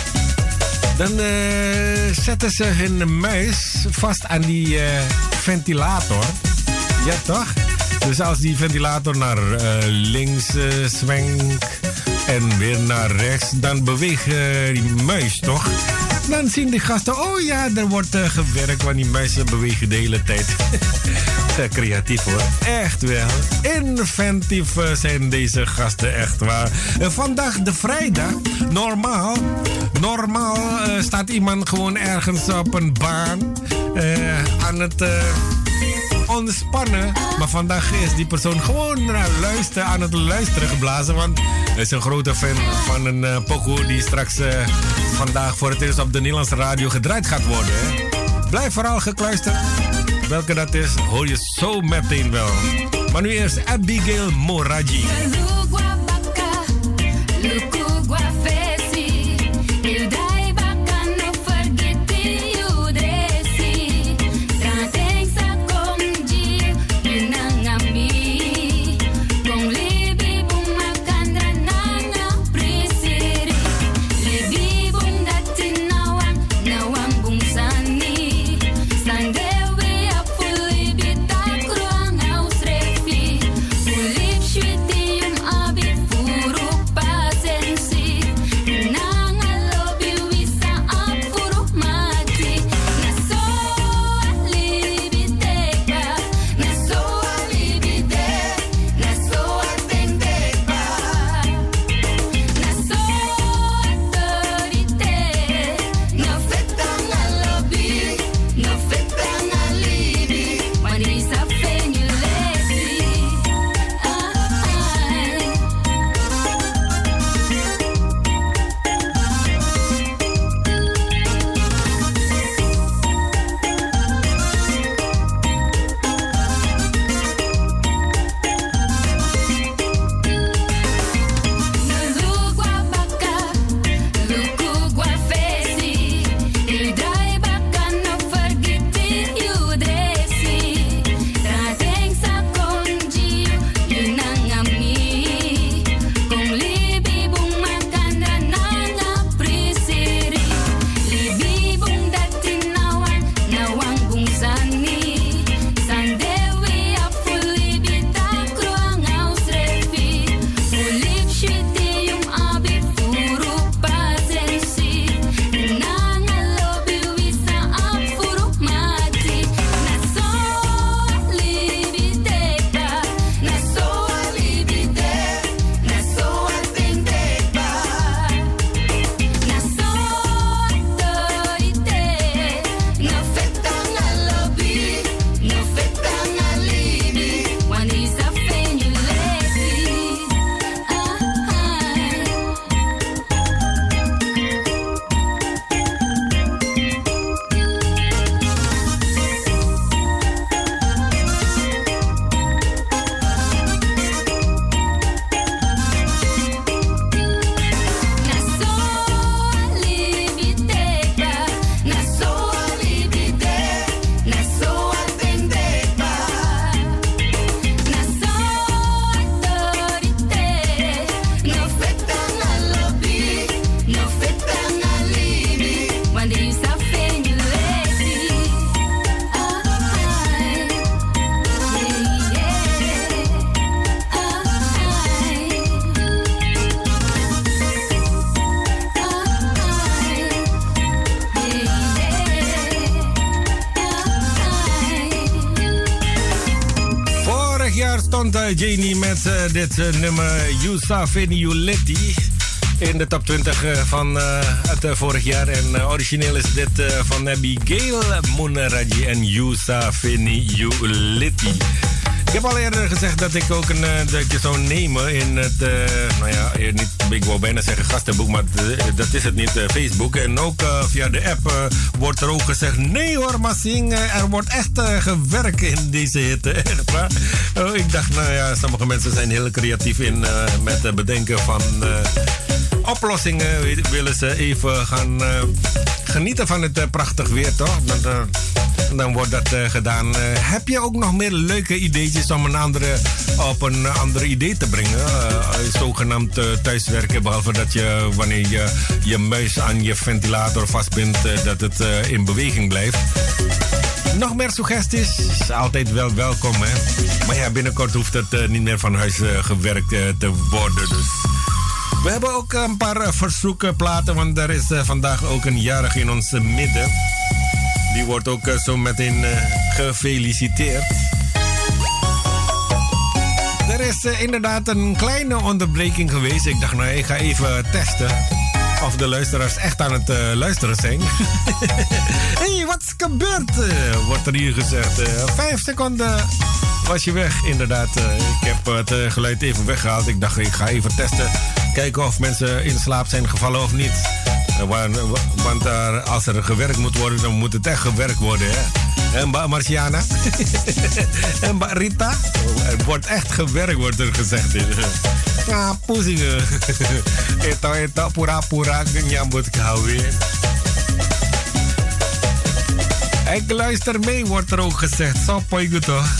Dan zetten ze hun muis vast aan die ventilator. Ja, toch? Dus als die ventilator naar links zwenkt en weer naar rechts, dan beweegt die muis, toch? Dan zien die gasten, oh ja, er wordt gewerkt, want die muizen bewegen de hele tijd. Creatief hoor, echt wel. Inventief zijn deze gasten, echt waar. Vandaag de vrijdag, normaal staat iemand gewoon ergens op een baan aan het ontspannen. Maar vandaag is die persoon gewoon aan het luisteren geblazen. Want hij is een grote fan van een pokoe die straks vandaag voor het eerst op de Nederlandse radio gedraaid gaat worden. Blijf vooral gekluisterd. Welke dat is, hoor je zo meteen wel. Maar nu eerst Abigail Moraji. Janie met dit nummer Youssaf en Yuletti. in de top 20 van het vorig jaar. En origineel is dit van Abigail Munaraji en Yusa Feni Yuliti. Ik heb al eerder gezegd dat ik ook een duikje zou nemen in het, niet, ik wou bijna zeggen gastenboek, maar dat is het niet, Facebook. En ook via de app wordt er ook gezegd, nee hoor, Massing, er wordt echt gewerkt in deze hitte. Echt waar. Ik dacht, sommige mensen zijn heel creatief in met het bedenken van oplossingen. Willen ze even gaan genieten van het prachtig weer, toch? Dan wordt dat gedaan. Heb je ook nog meer leuke ideetjes om op een andere idee te brengen? Zogenaamd thuiswerken, behalve dat je wanneer je muis aan je ventilator vastbindt, dat het in beweging blijft. Nog meer suggesties? Is altijd wel welkom, hè? Maar ja, binnenkort hoeft het niet meer van huis gewerkt te worden, dus. We hebben ook een paar verzoekplaten, want er is vandaag ook een jarige in ons midden. Die wordt ook zo meteen gefeliciteerd. Er is inderdaad een kleine onderbreking geweest. Ik dacht, ik ga even testen of de luisteraars echt aan het luisteren zijn. Hé, wat is gebeurd? Wordt er hier gezegd. 5 seconden was je weg, inderdaad. Ik heb het geluid even weggehaald. Ik dacht, ik ga even testen. Kijken of mensen in slaap zijn gevallen of niet. Want als er gewerkt moet worden, dan moet het echt gewerkt worden. Hè? En Marciana? En Rita? Er wordt echt gewerkt, wordt er gezegd. Ja, poesingen. Eto, pura-pura, nyambut kawin. Ik luister mee, wordt er ook gezegd. Zo, pooi goed toch?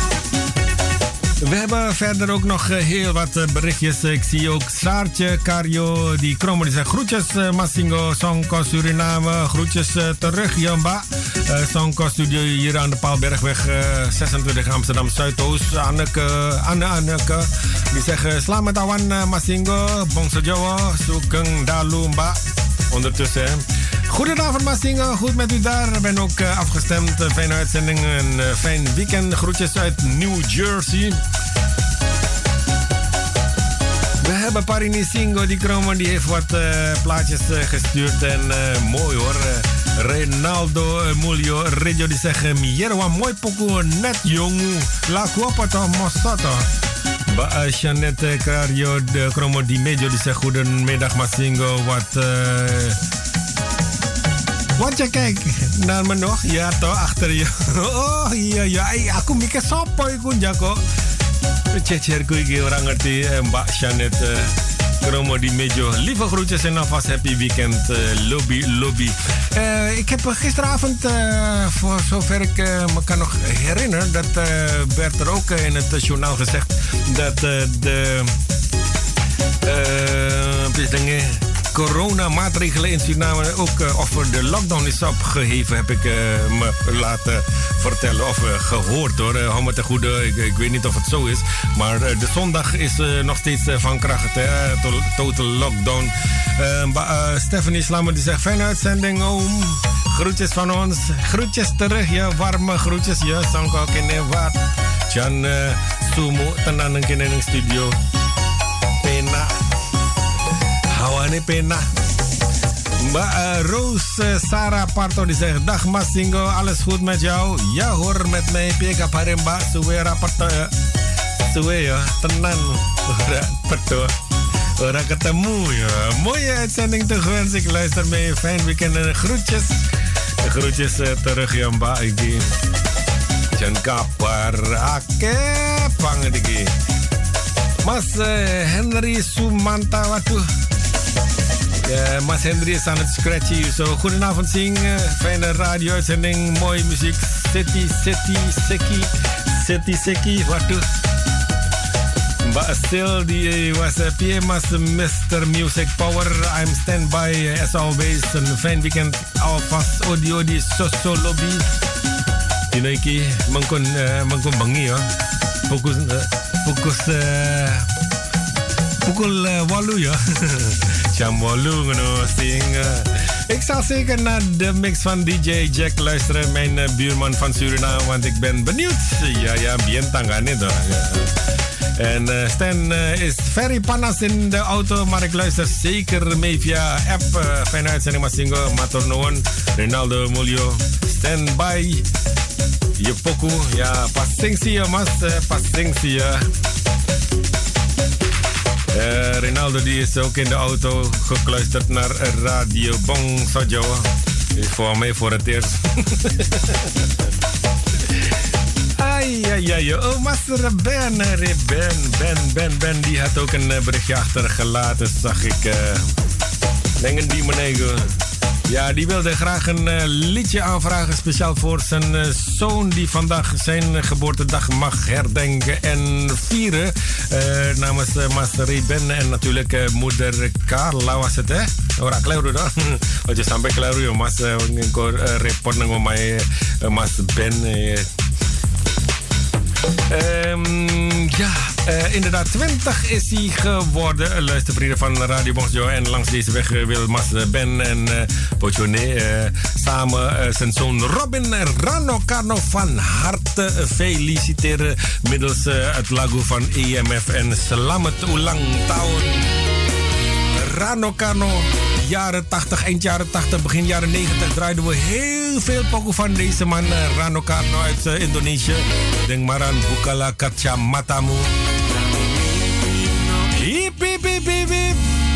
We hebben verder ook nog heel wat berichtjes. Ik zie ook Saartje, Cario, die Kromme, die zegt groetjes Massingo, Sonko Suriname, groetjes terug Jamba. Sonko Studio hier aan de Paalbergweg 26 Amsterdam Zuidoost. Anneke, die zegt selamat awan Massingo, Bongso Jawa, Sukeng Dalu Mba. Ondertussen. Goedenavond Massingo, goed met u daar. Ik ben ook afgestemd. Fijne uitzending, een fijn weekend. Groetjes uit New Jersey. We hebben Parini Singo, die Kromen, die heeft wat plaatjes gestuurd. En mooi hoor. Reynaldo Mulio Radio, die zegt Mierwa mooi pokoe, net jong. Laku apa toch, mosoto. Jeannette Cario, de Kromo Di Medio, die zegt goedemiddag Massingo. Want je kijkt naar me nog? Ja toch, achter je. Oh iya, aku mikir sopo iku Jako. Cecerku iki orang ngerti Mbak Jeannette Kromo Di Medio. Lieve groetjes en alvast happy weekend lobby. Ik heb gisteravond, voor zover ik me kan nog herinneren, dat werd er ook in het journaal gezegd dat de coronamaatregelen in Suriname ook over de lockdown is opgeheven, heb ik me laten vertellen of gehoord hoor. Hou me ten goede, ik weet niet of het zo is, maar de zondag is nog steeds van kracht, hè? Total lockdown. Stephanie Slammer die zegt fijne uitzending oom, groetjes van ons, groetjes terug, ja, warme groetjes, ja, sangko kene wat, Jan sumu tenan in de studio, pena. Hawane pena. Mbak Roos Sarah Parto die zegt dag Massingo, alles goed met jou? Ja hoor, met mij pika paremba suwe raperto ya. Suwe ya, tenan. Raperto. Ora ketemu ya. Mooie uitzending te gewens. Ik luister mee. Fijn weekend en groetjes. Groetjes terug ya Mbak iki. Jan kabar ake banget iki. Mas Henry Sumanta, waduh. Ja, Mas Henry is aan het scratchen. Zo, goedenavond Sing. Fijne radio-uitzending. Mooie muziek. Seki. Waduh. Mbak Stil, die was PM's Mr. Music Power. I'm standby as always. Een fijn weekend. Alvast odi soso lobby. Dino iki mengkon bengi ya. Pukul 8 ya. Jam 8 ngono sing. Ik zal zeker naar de mix van DJ Jack luisteren, mijn buurman van Suriname, want ik ben benieuwd. Ja, bien tanggane toch. Ja. En Stan is very panas in de auto, maar ik luister zeker mee via app. Fijne uitzending, Masingo, Matornoon, Rinaldo Mulio. Stand by je pokoe. Ja, passing zie je, mas. Passing zie je. Rinaldo die is ook in de auto gekluisterd naar Radio Bong Sojo. Voor mij voor het eerst. Ai. Oh, Master Ben, die had ook een berichtje achtergelaten, zag ik. Denken die meneer. Ja, die wilde graag een liedje aanvragen, speciaal voor zijn zoon die vandaag zijn geboortedag mag herdenken en vieren. Namens Master Ben en natuurlijk moeder Carla was het, hè? Ora klaro dan. Ojo sampai klaro yo Mas, ngko report nang omahe Mas Ben. Inderdaad, 20 is hij geworden. Luistervrienden van Radio Bongso. En langs deze weg wil Mas Ben en Pochone samen zijn zoon Robin Rano Carno van harte feliciteren. Middels het lagu van EMF en Selamat Ulang Tahun. Rano Carno, jaren 80, eind jaren 80, begin jaren 90 draaiden we heel veel pokoe van deze man. Rano Carno uit Indonesië. Denk maar aan Bukala Kacamatamu. Hip, hip, hip, hip, hip.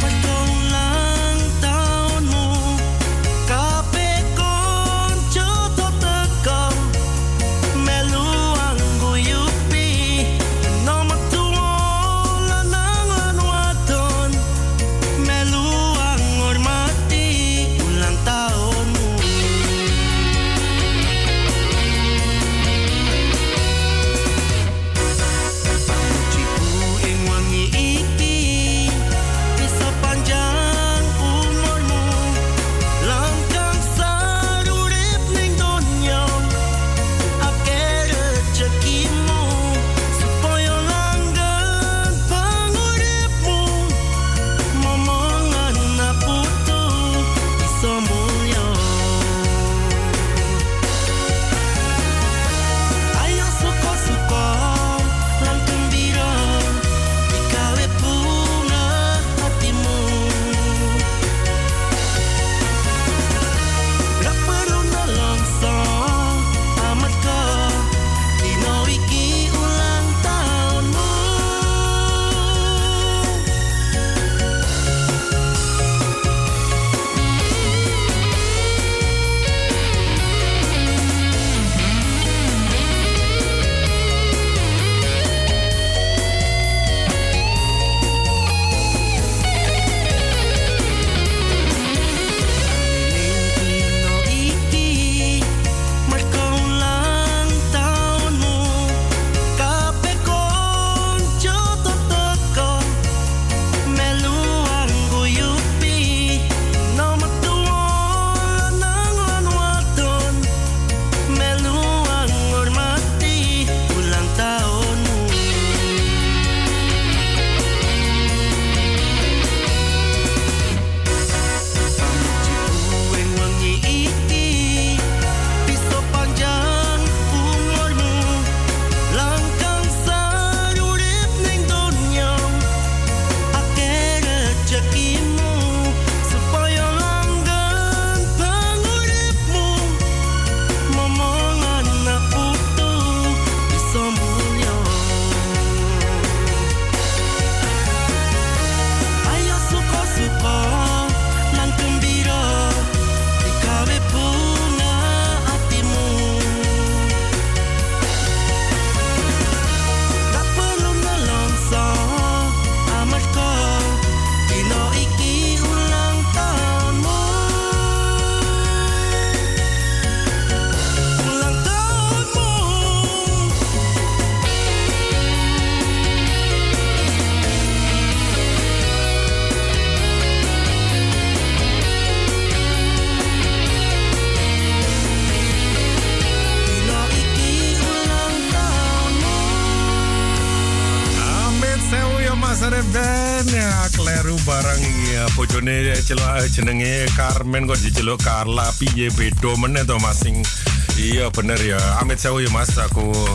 Pojone celo jenenge Carmen kok dicelo Carla piye beda meneh to Mas sing. Iya bener ya. Amit sewu ya Mas, aku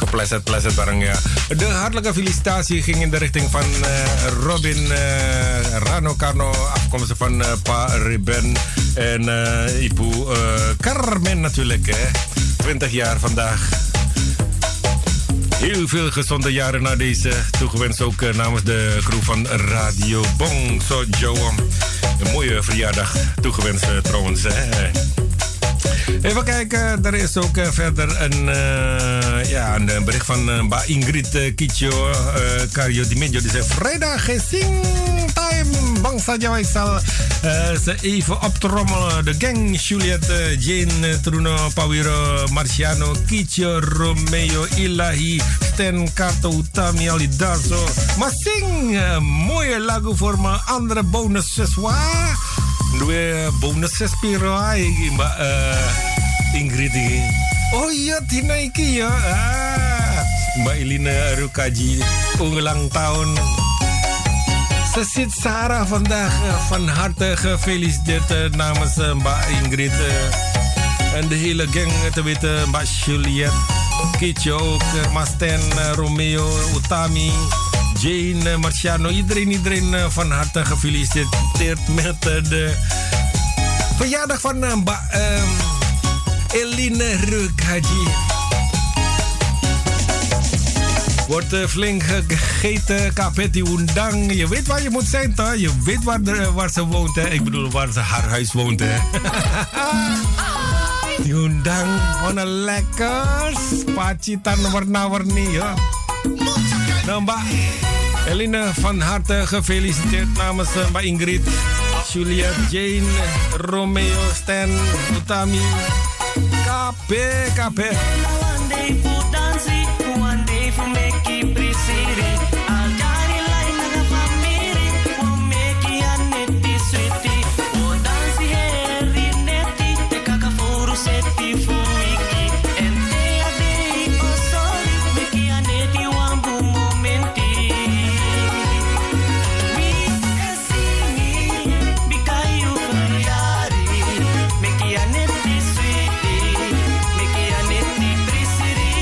Gepleisterd bareng, ja. De hartelijke felicitatie ging in de richting van Robin Rano Carno, afkomstig van Pa Ruben en Ibu Carmen natuurlijk, hè. 20 jaar vandaag. Heel veel gezonde jaren na deze. Toegewenst ook namens de crew van Radio Bong So Joe. Een mooie verjaardag toegewenst trouwens, hè. Even kijken, er is ook verder een bericht van Mbak Ingrid Kicho Caryo Di Medio. Die zegt vrijdag is singtime. Bangsa Jawa, ik zal ze even optrommelen. De gang, Juliette, Jane, Truno, Pawiro, Marciano, Kicho, Romeo, Ilahi, Sten, Karto, Utami, Alidaso. Maar zing mooie lagu voor mijn andere bonuses. Wah! Dua bonus spiro ay Mbak Ingrid ini. Oh iya Tina iki ya. Mbak Elina Rukaji ulang tahun. Ze zit Sarah vandaag van harte gefeliciteerd namens Mbak Ingrid en de hele gang, te weten Mbak Juliette, Kicho ook, Masten, Romeo, Utami, Jane, Marciano, iedereen van harte gefeliciteerd met de verjaardag van Mbak Eline Rukaji. Wordt flink gegeten, kapet die undang. Je weet waar je moet zijn, toch? Je weet waar ze woont, hè? Ik bedoel, waar ze haar huis woont, hè? Die undang, mana lekker. Pacitan warna-warni, ja. Nou, Mbak Eline, van harte gefeliciteerd namens Mbak Ingrid, Juliette, Jane, Romeo, Stan, Utami. KP. City.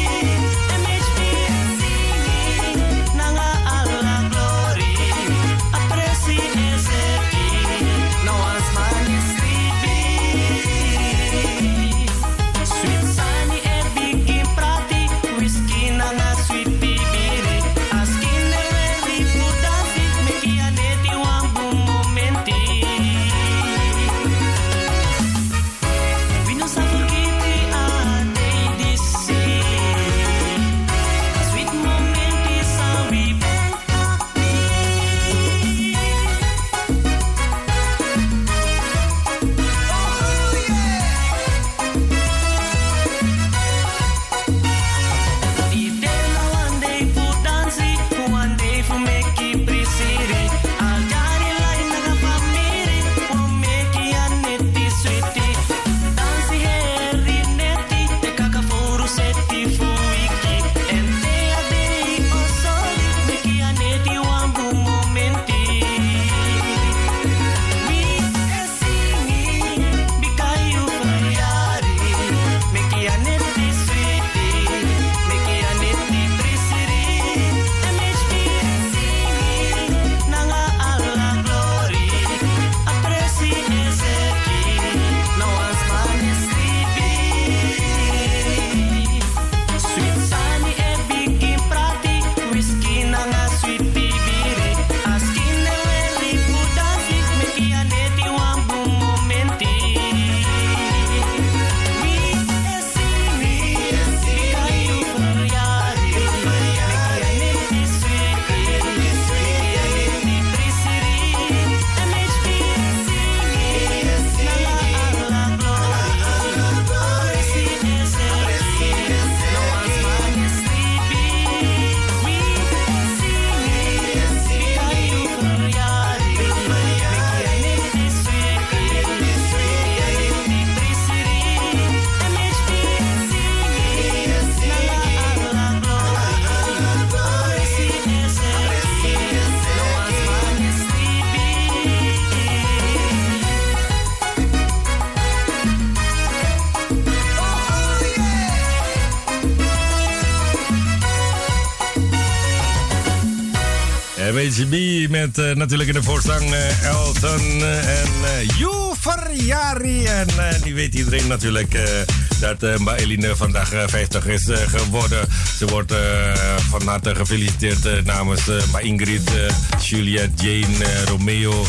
MHB met natuurlijk in de voorzang Elton en Joeferiari. En nu weet iedereen natuurlijk dat Mba Eline vandaag 50 is geworden. Ze wordt van harte gefeliciteerd namens Mba Ingrid, Juliette, Jane, Romeo,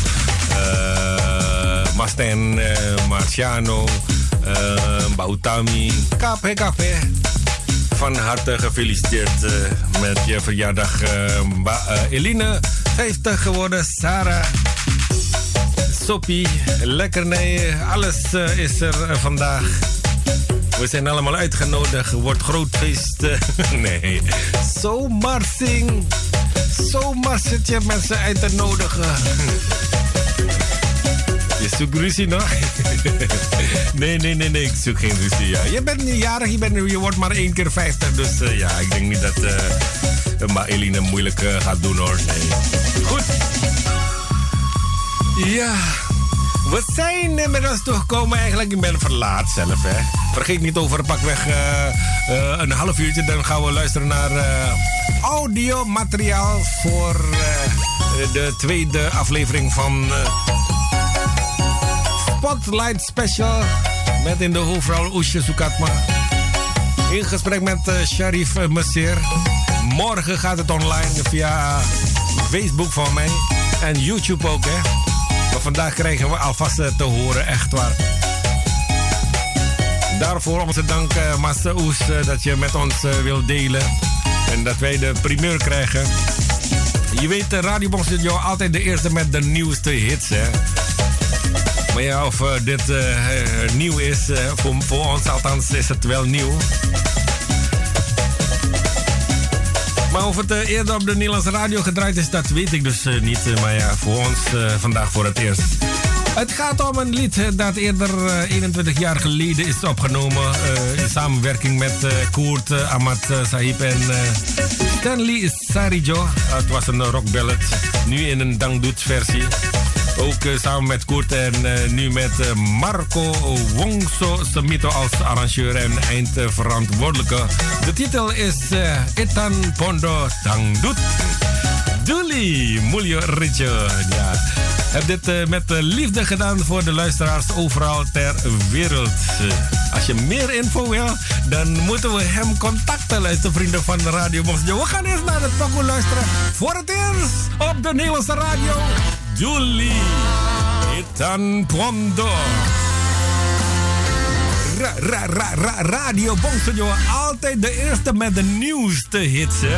Masten, Marciano, Mba Utami, Kape. Van harte gefeliciteerd met je verjaardag, Eline. 50 geworden, Sarah, Sophie, lekkernij. Alles is er vandaag. We zijn allemaal uitgenodigd. Wordt groot feest. Nee, zomaar zing. Zomaar zit je mensen uit te nodigen. Je zoekt ruzie nog? Nee, ik zoek geen ruzie. Ja. Je bent niet jarig, je wordt maar 1 keer 50. Dus ja, ik denk niet dat Mba Eline moeilijk gaat doen hoor. Nee. Goed. Ja, we zijn inmiddels toegekomen. Eigenlijk, ik ben verlaat zelf. Hè. Vergeet niet over pakweg een half uurtje. Dan gaan we luisteren naar audiomateriaal voor de tweede aflevering van... Spotlight Special met in de hoofdrol Oesje Soekatma. In gesprek met Sharif Messer. Morgen gaat het online via Facebook van mij. En YouTube ook, hè. Maar vandaag krijgen we alvast te horen, echt waar. Daarvoor onze dank, Master Oes, dat je met ons wilt delen. En dat wij de primeur krijgen. Je weet, Radio Bong Studio altijd de eerste met de nieuwste hits, hè. Maar ja, of dit nieuw is, voor ons althans is het wel nieuw. Maar of het eerder op de Nederlandse radio gedraaid is, dat weet ik dus niet. Maar ja, voor ons vandaag voor het eerst. Het gaat om een lied dat eerder 21 jaar geleden is opgenomen. In samenwerking met Koert, Ahmad Sahib en Stanley Sarijo. Het was een rockballad, nu in een dangdoet versie. Ook samen met Koert en nu met Marco Wongso Semito als arrangeur en eindverantwoordelijke. De titel is Etan Pondo Dangdut. Doelie, Mulio Richo. Ja. Heb dit met liefde gedaan voor de luisteraars overal ter wereld. Als je meer info wil, dan moeten we hem contacten, luistervrienden van de Radio Bong Studio. We gaan eerst naar het pokoe luisteren. Voor het eerst op de Nederlandse radio. Julie, Etan Pondo. Radio Bong Studio, altijd de eerste met de nieuwste hits, hè.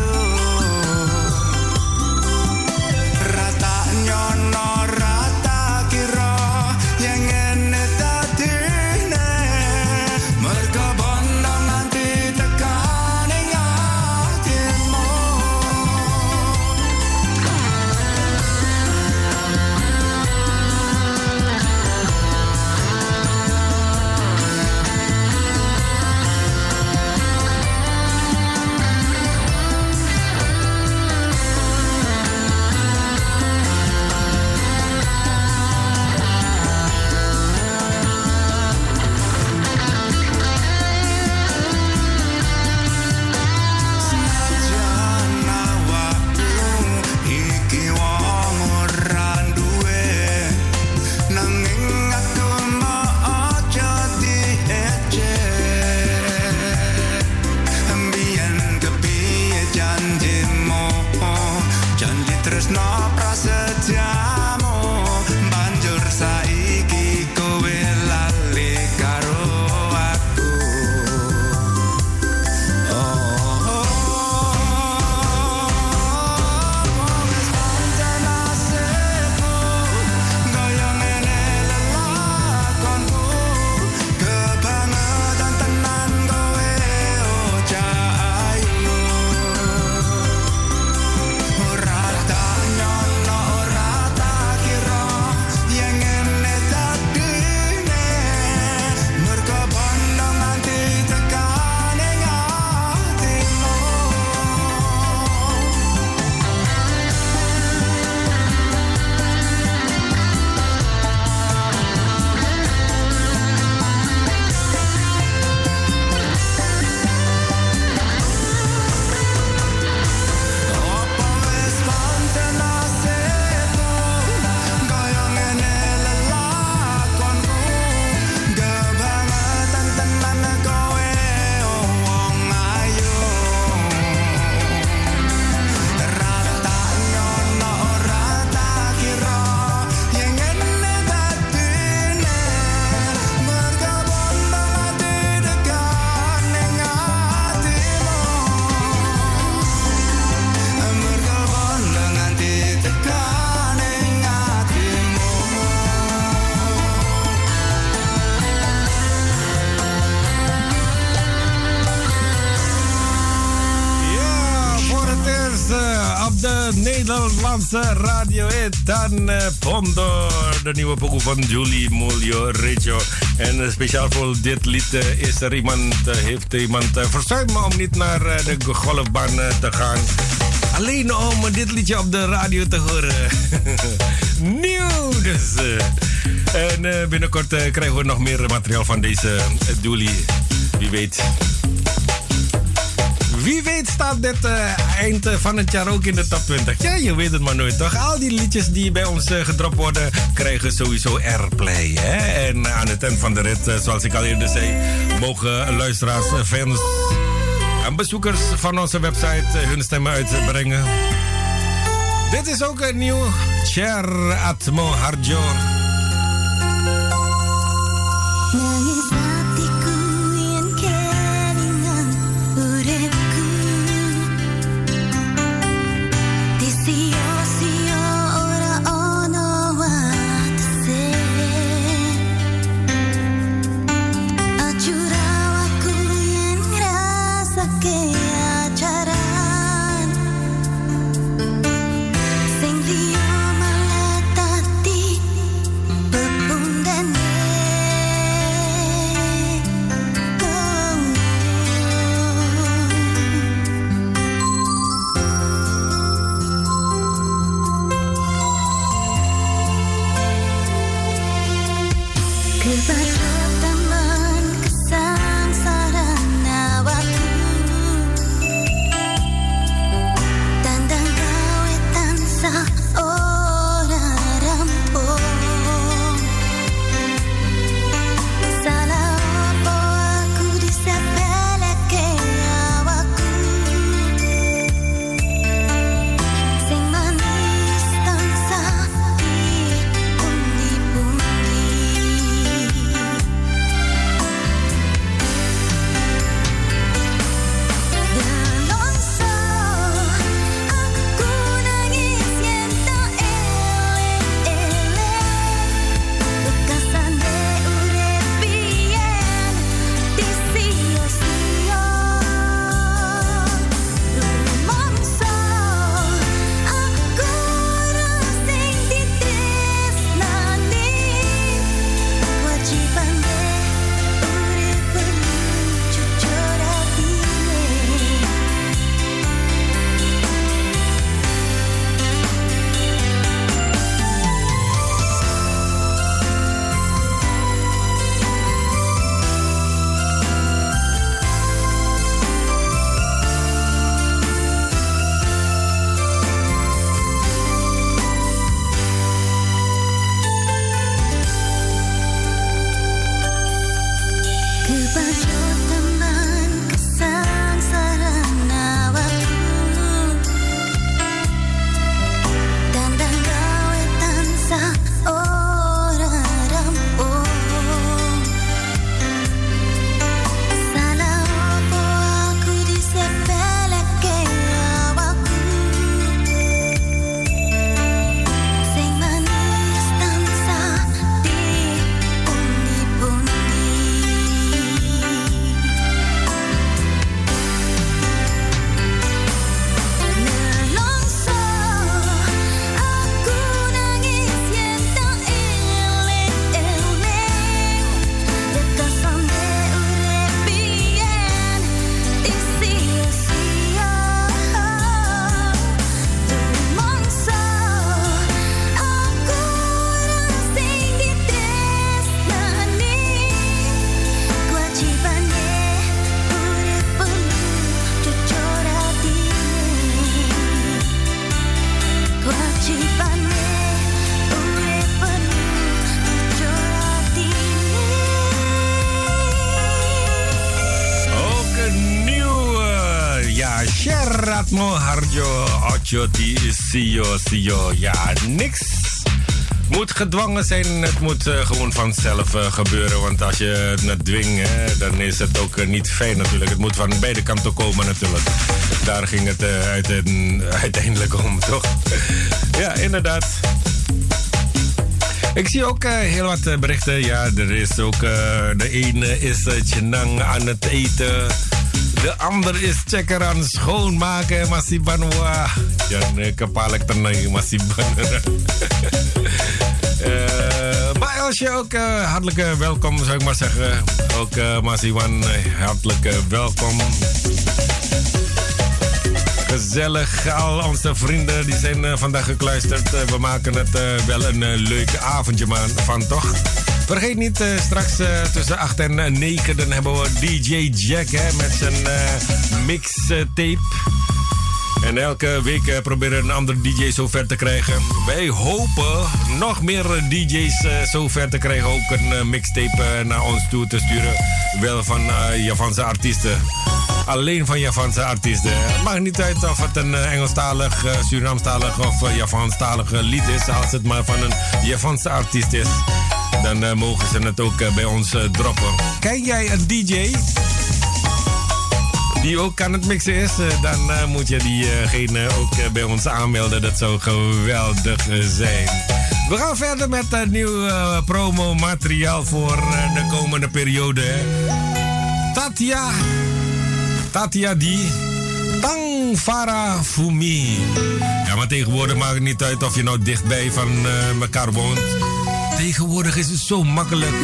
Rata tresno prasetyamu banjur saiki kowe lali karo aku. Wis pancen nasibku kaya ngene lelakonku kebangetan tenan kowe Cahayu. Ora tak nyono ora tak kira yen ngene dadine mergo bondo nganti tekane atimu. Apa wis pancen nasibku kaya ngene lelakonku kebangetan tenan kowe wong ayu. Ora tak nyono ora tak kira yen ngene dadine mergo bondo nganti tekane atimu. Mergo bondo nganti tekane atimu. Ja, voor het eerst op de Nederlandse radio dan Pondo, de nieuwe pokoe van Julie Mulio Reggio. En speciaal voor dit lied heeft iemand verzuimd om niet naar de golfbaan te gaan. Alleen om dit liedje op de radio te horen. Nieuw dus. En binnenkort krijgen we nog meer materiaal van deze Julie. Wie weet. Wie weet staat dit eind van het jaar ook in de top 20. Ja, je weet het maar nooit, toch? Al die liedjes die bij ons gedropt worden, krijgen sowieso airplay. Hè? En aan het eind van de rit, zoals ik al eerder zei, mogen luisteraars, fans en bezoekers van onze website hun stemmen uitbrengen. Dit is ook een nieuw Cher Atmo Harjo. Nangis hatiku yen kelingan uripku disio-sio ora ono watese acurawaku yen ngrasake ajaran sing liya malah dadi bebundane. Kebaca taman kesangsaraan awakku tandang gawe tansah ora rampung. Salah apa aku disepeleke awakku sing manis tansah dipundi-pundi. Syaratmu harjo ojo di sio. Ja, niks moet gedwongen zijn. Het moet gewoon vanzelf gebeuren. Want als je het dwingt, dan is het ook niet fijn natuurlijk. Het moet van beide kanten komen natuurlijk. Daar ging het uiteindelijk om, toch? Ja, inderdaad. Ik zie ook heel wat berichten. Ja, er is ook... de ene is Chenang aan het eten. De ander is checker aan het schoonmaken. Masih banwa. Jan kepalek tenang masih banwa. Maar Elsje ook hartelijk welkom, zou ik maar zeggen. Ook Masiwan, hartelijk welkom. Gezellig, al onze vrienden die zijn vandaag gekluisterd. We maken het wel een leuk avondje van, toch? Vergeet niet, straks tussen 8 en 9 dan hebben we DJ Jack met zijn mixtape. En elke week proberen een andere DJ zover te krijgen. Wij hopen nog meer DJ's zover te krijgen. Ook een mixtape naar ons toe te sturen. Wel van Japanse artiesten. Alleen van Japanse artiesten. Het maakt niet uit of het een Engelstalig, Surinaamstalig of Japanstalig lied is. Als het maar van een Japanse artiest is, dan mogen ze het ook bij ons droppen. Ken jij een DJ die ook aan het mixen is? Dan moet je diegene ook bij ons aanmelden. Dat zou geweldig zijn. We gaan verder met nieuw promomateriaal voor de komende periode. Tatia die Tang Fara Fumi. Ja, maar tegenwoordig maakt het niet uit of je nou dichtbij van elkaar woont. Tegenwoordig is het zo makkelijk.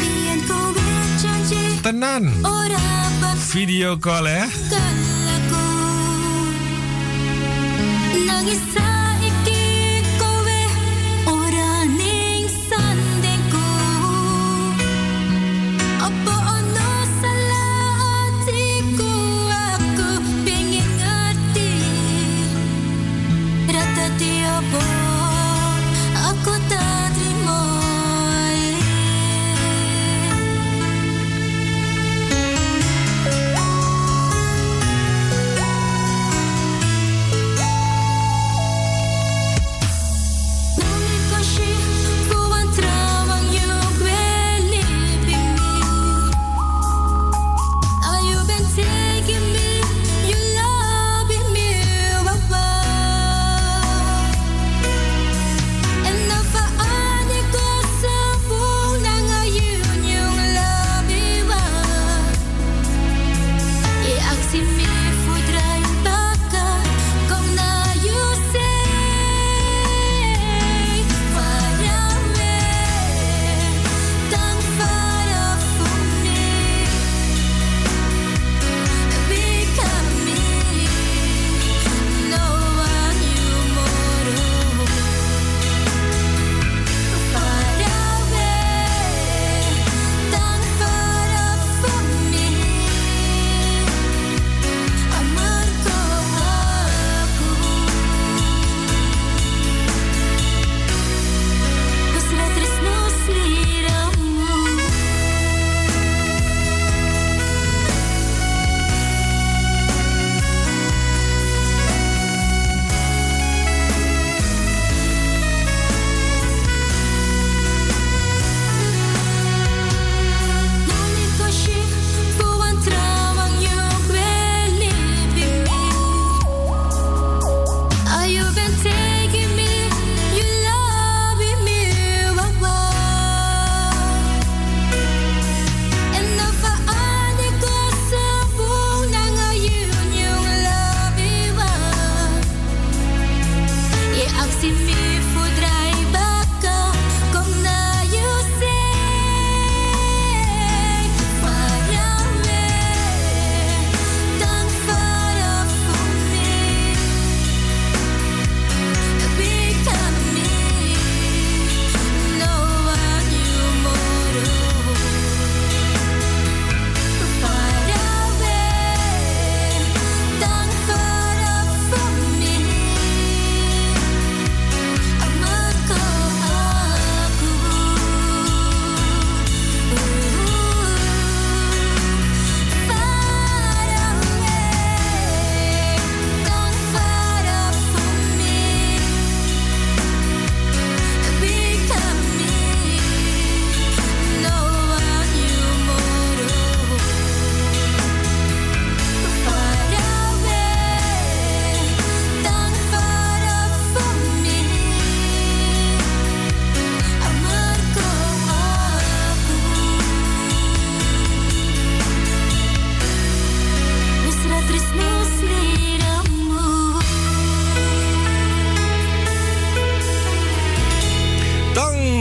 Tenan. Videocall, hè?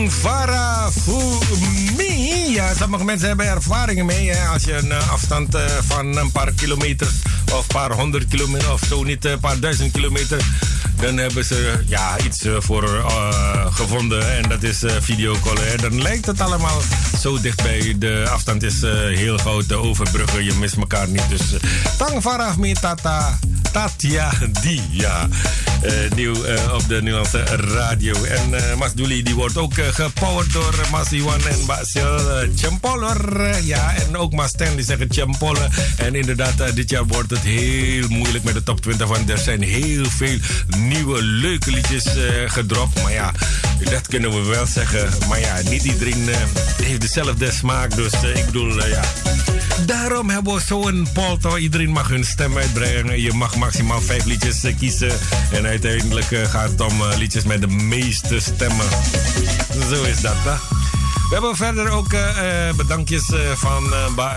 Tangvara Fumi. Ja, sommige mensen hebben ervaringen mee. Hè? Als je een afstand van een paar kilometer of een paar 100 kilometer of zo niet, een paar duizend kilometer, dan hebben ze iets voor gevonden. En dat is videocallen. Dan lijkt het allemaal zo dichtbij. De afstand is heel gauw te overbruggen. Je mist elkaar niet. Dus Tangvara Fumi Tatja Di. Ja, nieuw op de Nederlandse radio. En Mas Doelie die wordt ook gepowerd door Mas Iwan en Basil Tjempoller. Ja, en ook Mas Stan die zeggen Tjempoller. En inderdaad, dit jaar wordt het heel moeilijk met de top 20. Want er zijn heel veel nieuwe leuke liedjes gedropt. Maar ja, dat kunnen we wel zeggen. Maar ja, niet iedereen heeft dezelfde smaak. Dus ik bedoel, daarom hebben we zo'n poll. Iedereen mag hun stem uitbrengen. Je mag maximaal 5 liedjes kiezen. En uiteindelijk gaat het om liedjes met de meeste stemmen. Zo is dat, hè? We hebben verder ook bedankjes van